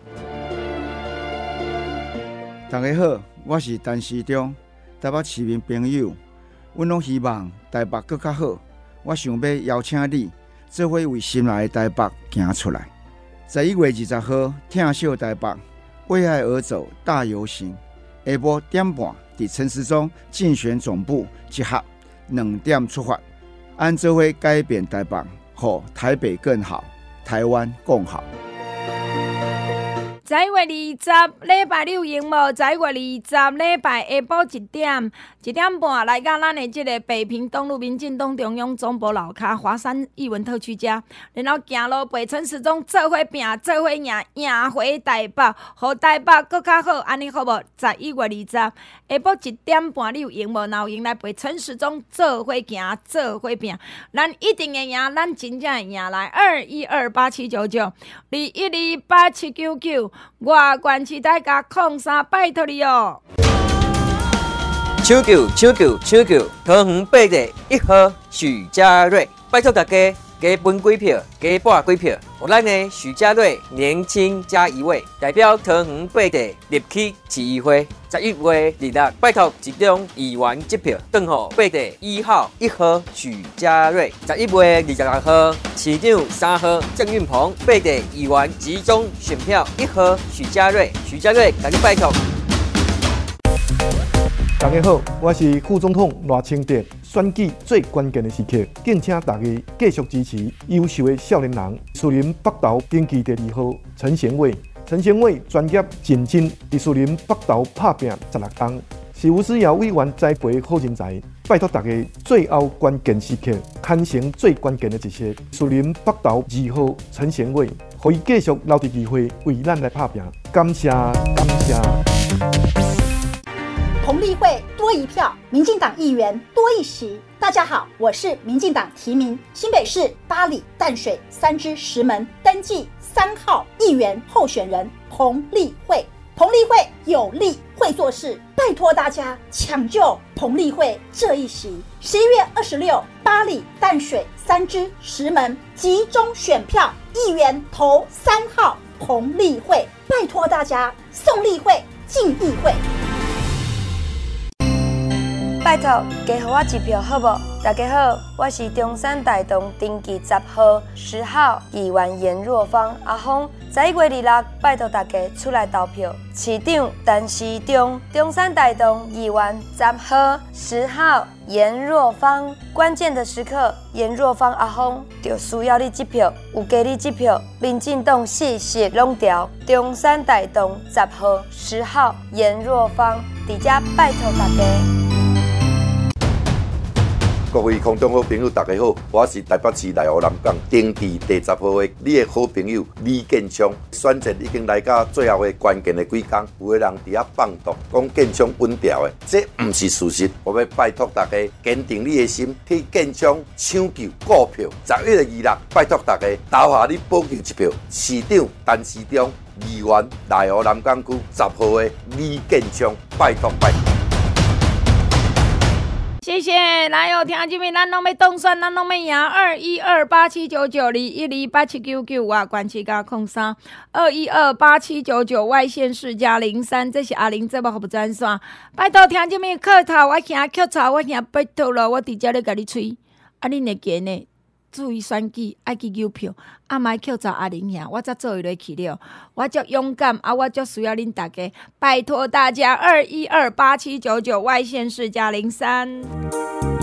Speaker 7: 大家好，我是陈时中，台北市民朋友，阮拢希望台北更较好，我想要邀请你。做伙为心内的台北行出来。十一月二十号，听秀台北，为爱而走大游行。下晡点半，伫陈时中竞选总部集合，两点出发，按做伙改变台北，互台北更好，台湾更好。
Speaker 3: 十一月二十礼拜六用无？十一月二十礼拜下晡一点一点半来到咱的这个北平东路民进党中央总部楼骹华山艺文特区家，然后行路陪陈时中做伙拼，做伙赢，赢回台北，互台北更较好，安尼好无？十一月二十下晡一点半你有用无？然后用来陪陈时中做伙行，做伙拼，咱一定会赢，咱真正会赢来二一二八七九九二一二八七九九。外关期待甲空三，拜托你哦！
Speaker 8: 抢救抢救抢救！桃园八地一号许家瑞，拜托大家加分几票，加拨几票，有咱的许家瑞年轻加一位，代表桃园八地入去市议会。十一月二六，拜托集中议员积票，转互八地一号一号许家瑞。十一月二十六号，市长三号郑运鹏，八地议员集中选票一号许家瑞。许家瑞，甲你拜托。
Speaker 9: 大家好，我是副总统赖清德。选举最关键的时刻，敬请大家继续支持优秀的少年人。树林北投登记第二号陈贤伟，陈贤伟专业认真，伫树林北投打拼十六冬，是有需要委员栽培好人才。拜托大家最后关键时刻，牵成最关键的一切。树林北投二号陈贤伟，可以继续留伫机会为咱来打拼。感谢感谢。
Speaker 10: 彭丽慧多一票，民进党议员多一席。大家好，我是民进党提名新北市八里淡水三支石门登记三号议员候选人彭丽慧。彭丽慧有力会做事，拜托大家抢救彭丽慧这一席。十一月二十六，八里淡水三支石门集中选票，议员投三号彭丽慧，拜托大家送丽慧进议会。
Speaker 6: 拜托，加予我一票好无？大家好，我是中山大同登记十号十号议员严若芳阿芳。十一月二六，拜托大家出来投票。市长陈时中，中山大同议员十号十号严若芳。关键的时刻，严若芳阿芳就需要你一票，有加你一票，民进党四席拢调。中山大同十号十号严若芳，伫遮拜托大家。
Speaker 11: 各位空中好朋友，大家好，我是台北市内湖南港登记第十号的你的好朋友李建昌。选战已经来到最后的关键的几天，有的人伫遐放毒，讲建昌稳调的，这不是事实。我要拜托大家坚定你的心，替建昌抢救股票。十一月二六，拜托大家投下你宝贵一票。市长陈时中，议员内湖南港区十号的李建昌，拜托拜托。
Speaker 3: 谢谢，来哦，听这边咱拢要当选，咱拢要赢。二一二八七九九二一二八七九九外关七加空三，二一二八七九九外线四加零三，这是阿玲节目服务专线。拜托听这边客套，我听客套，我听拜托了，我直接咧甲你吹，啊，恁会记呢？ 注意选举，爱去邮票，啊，莫扣走阿玲兄，我才做伊落去了。我足勇敢，啊，我足需要恁大家，拜托大家二一二八七九九外县市加零三。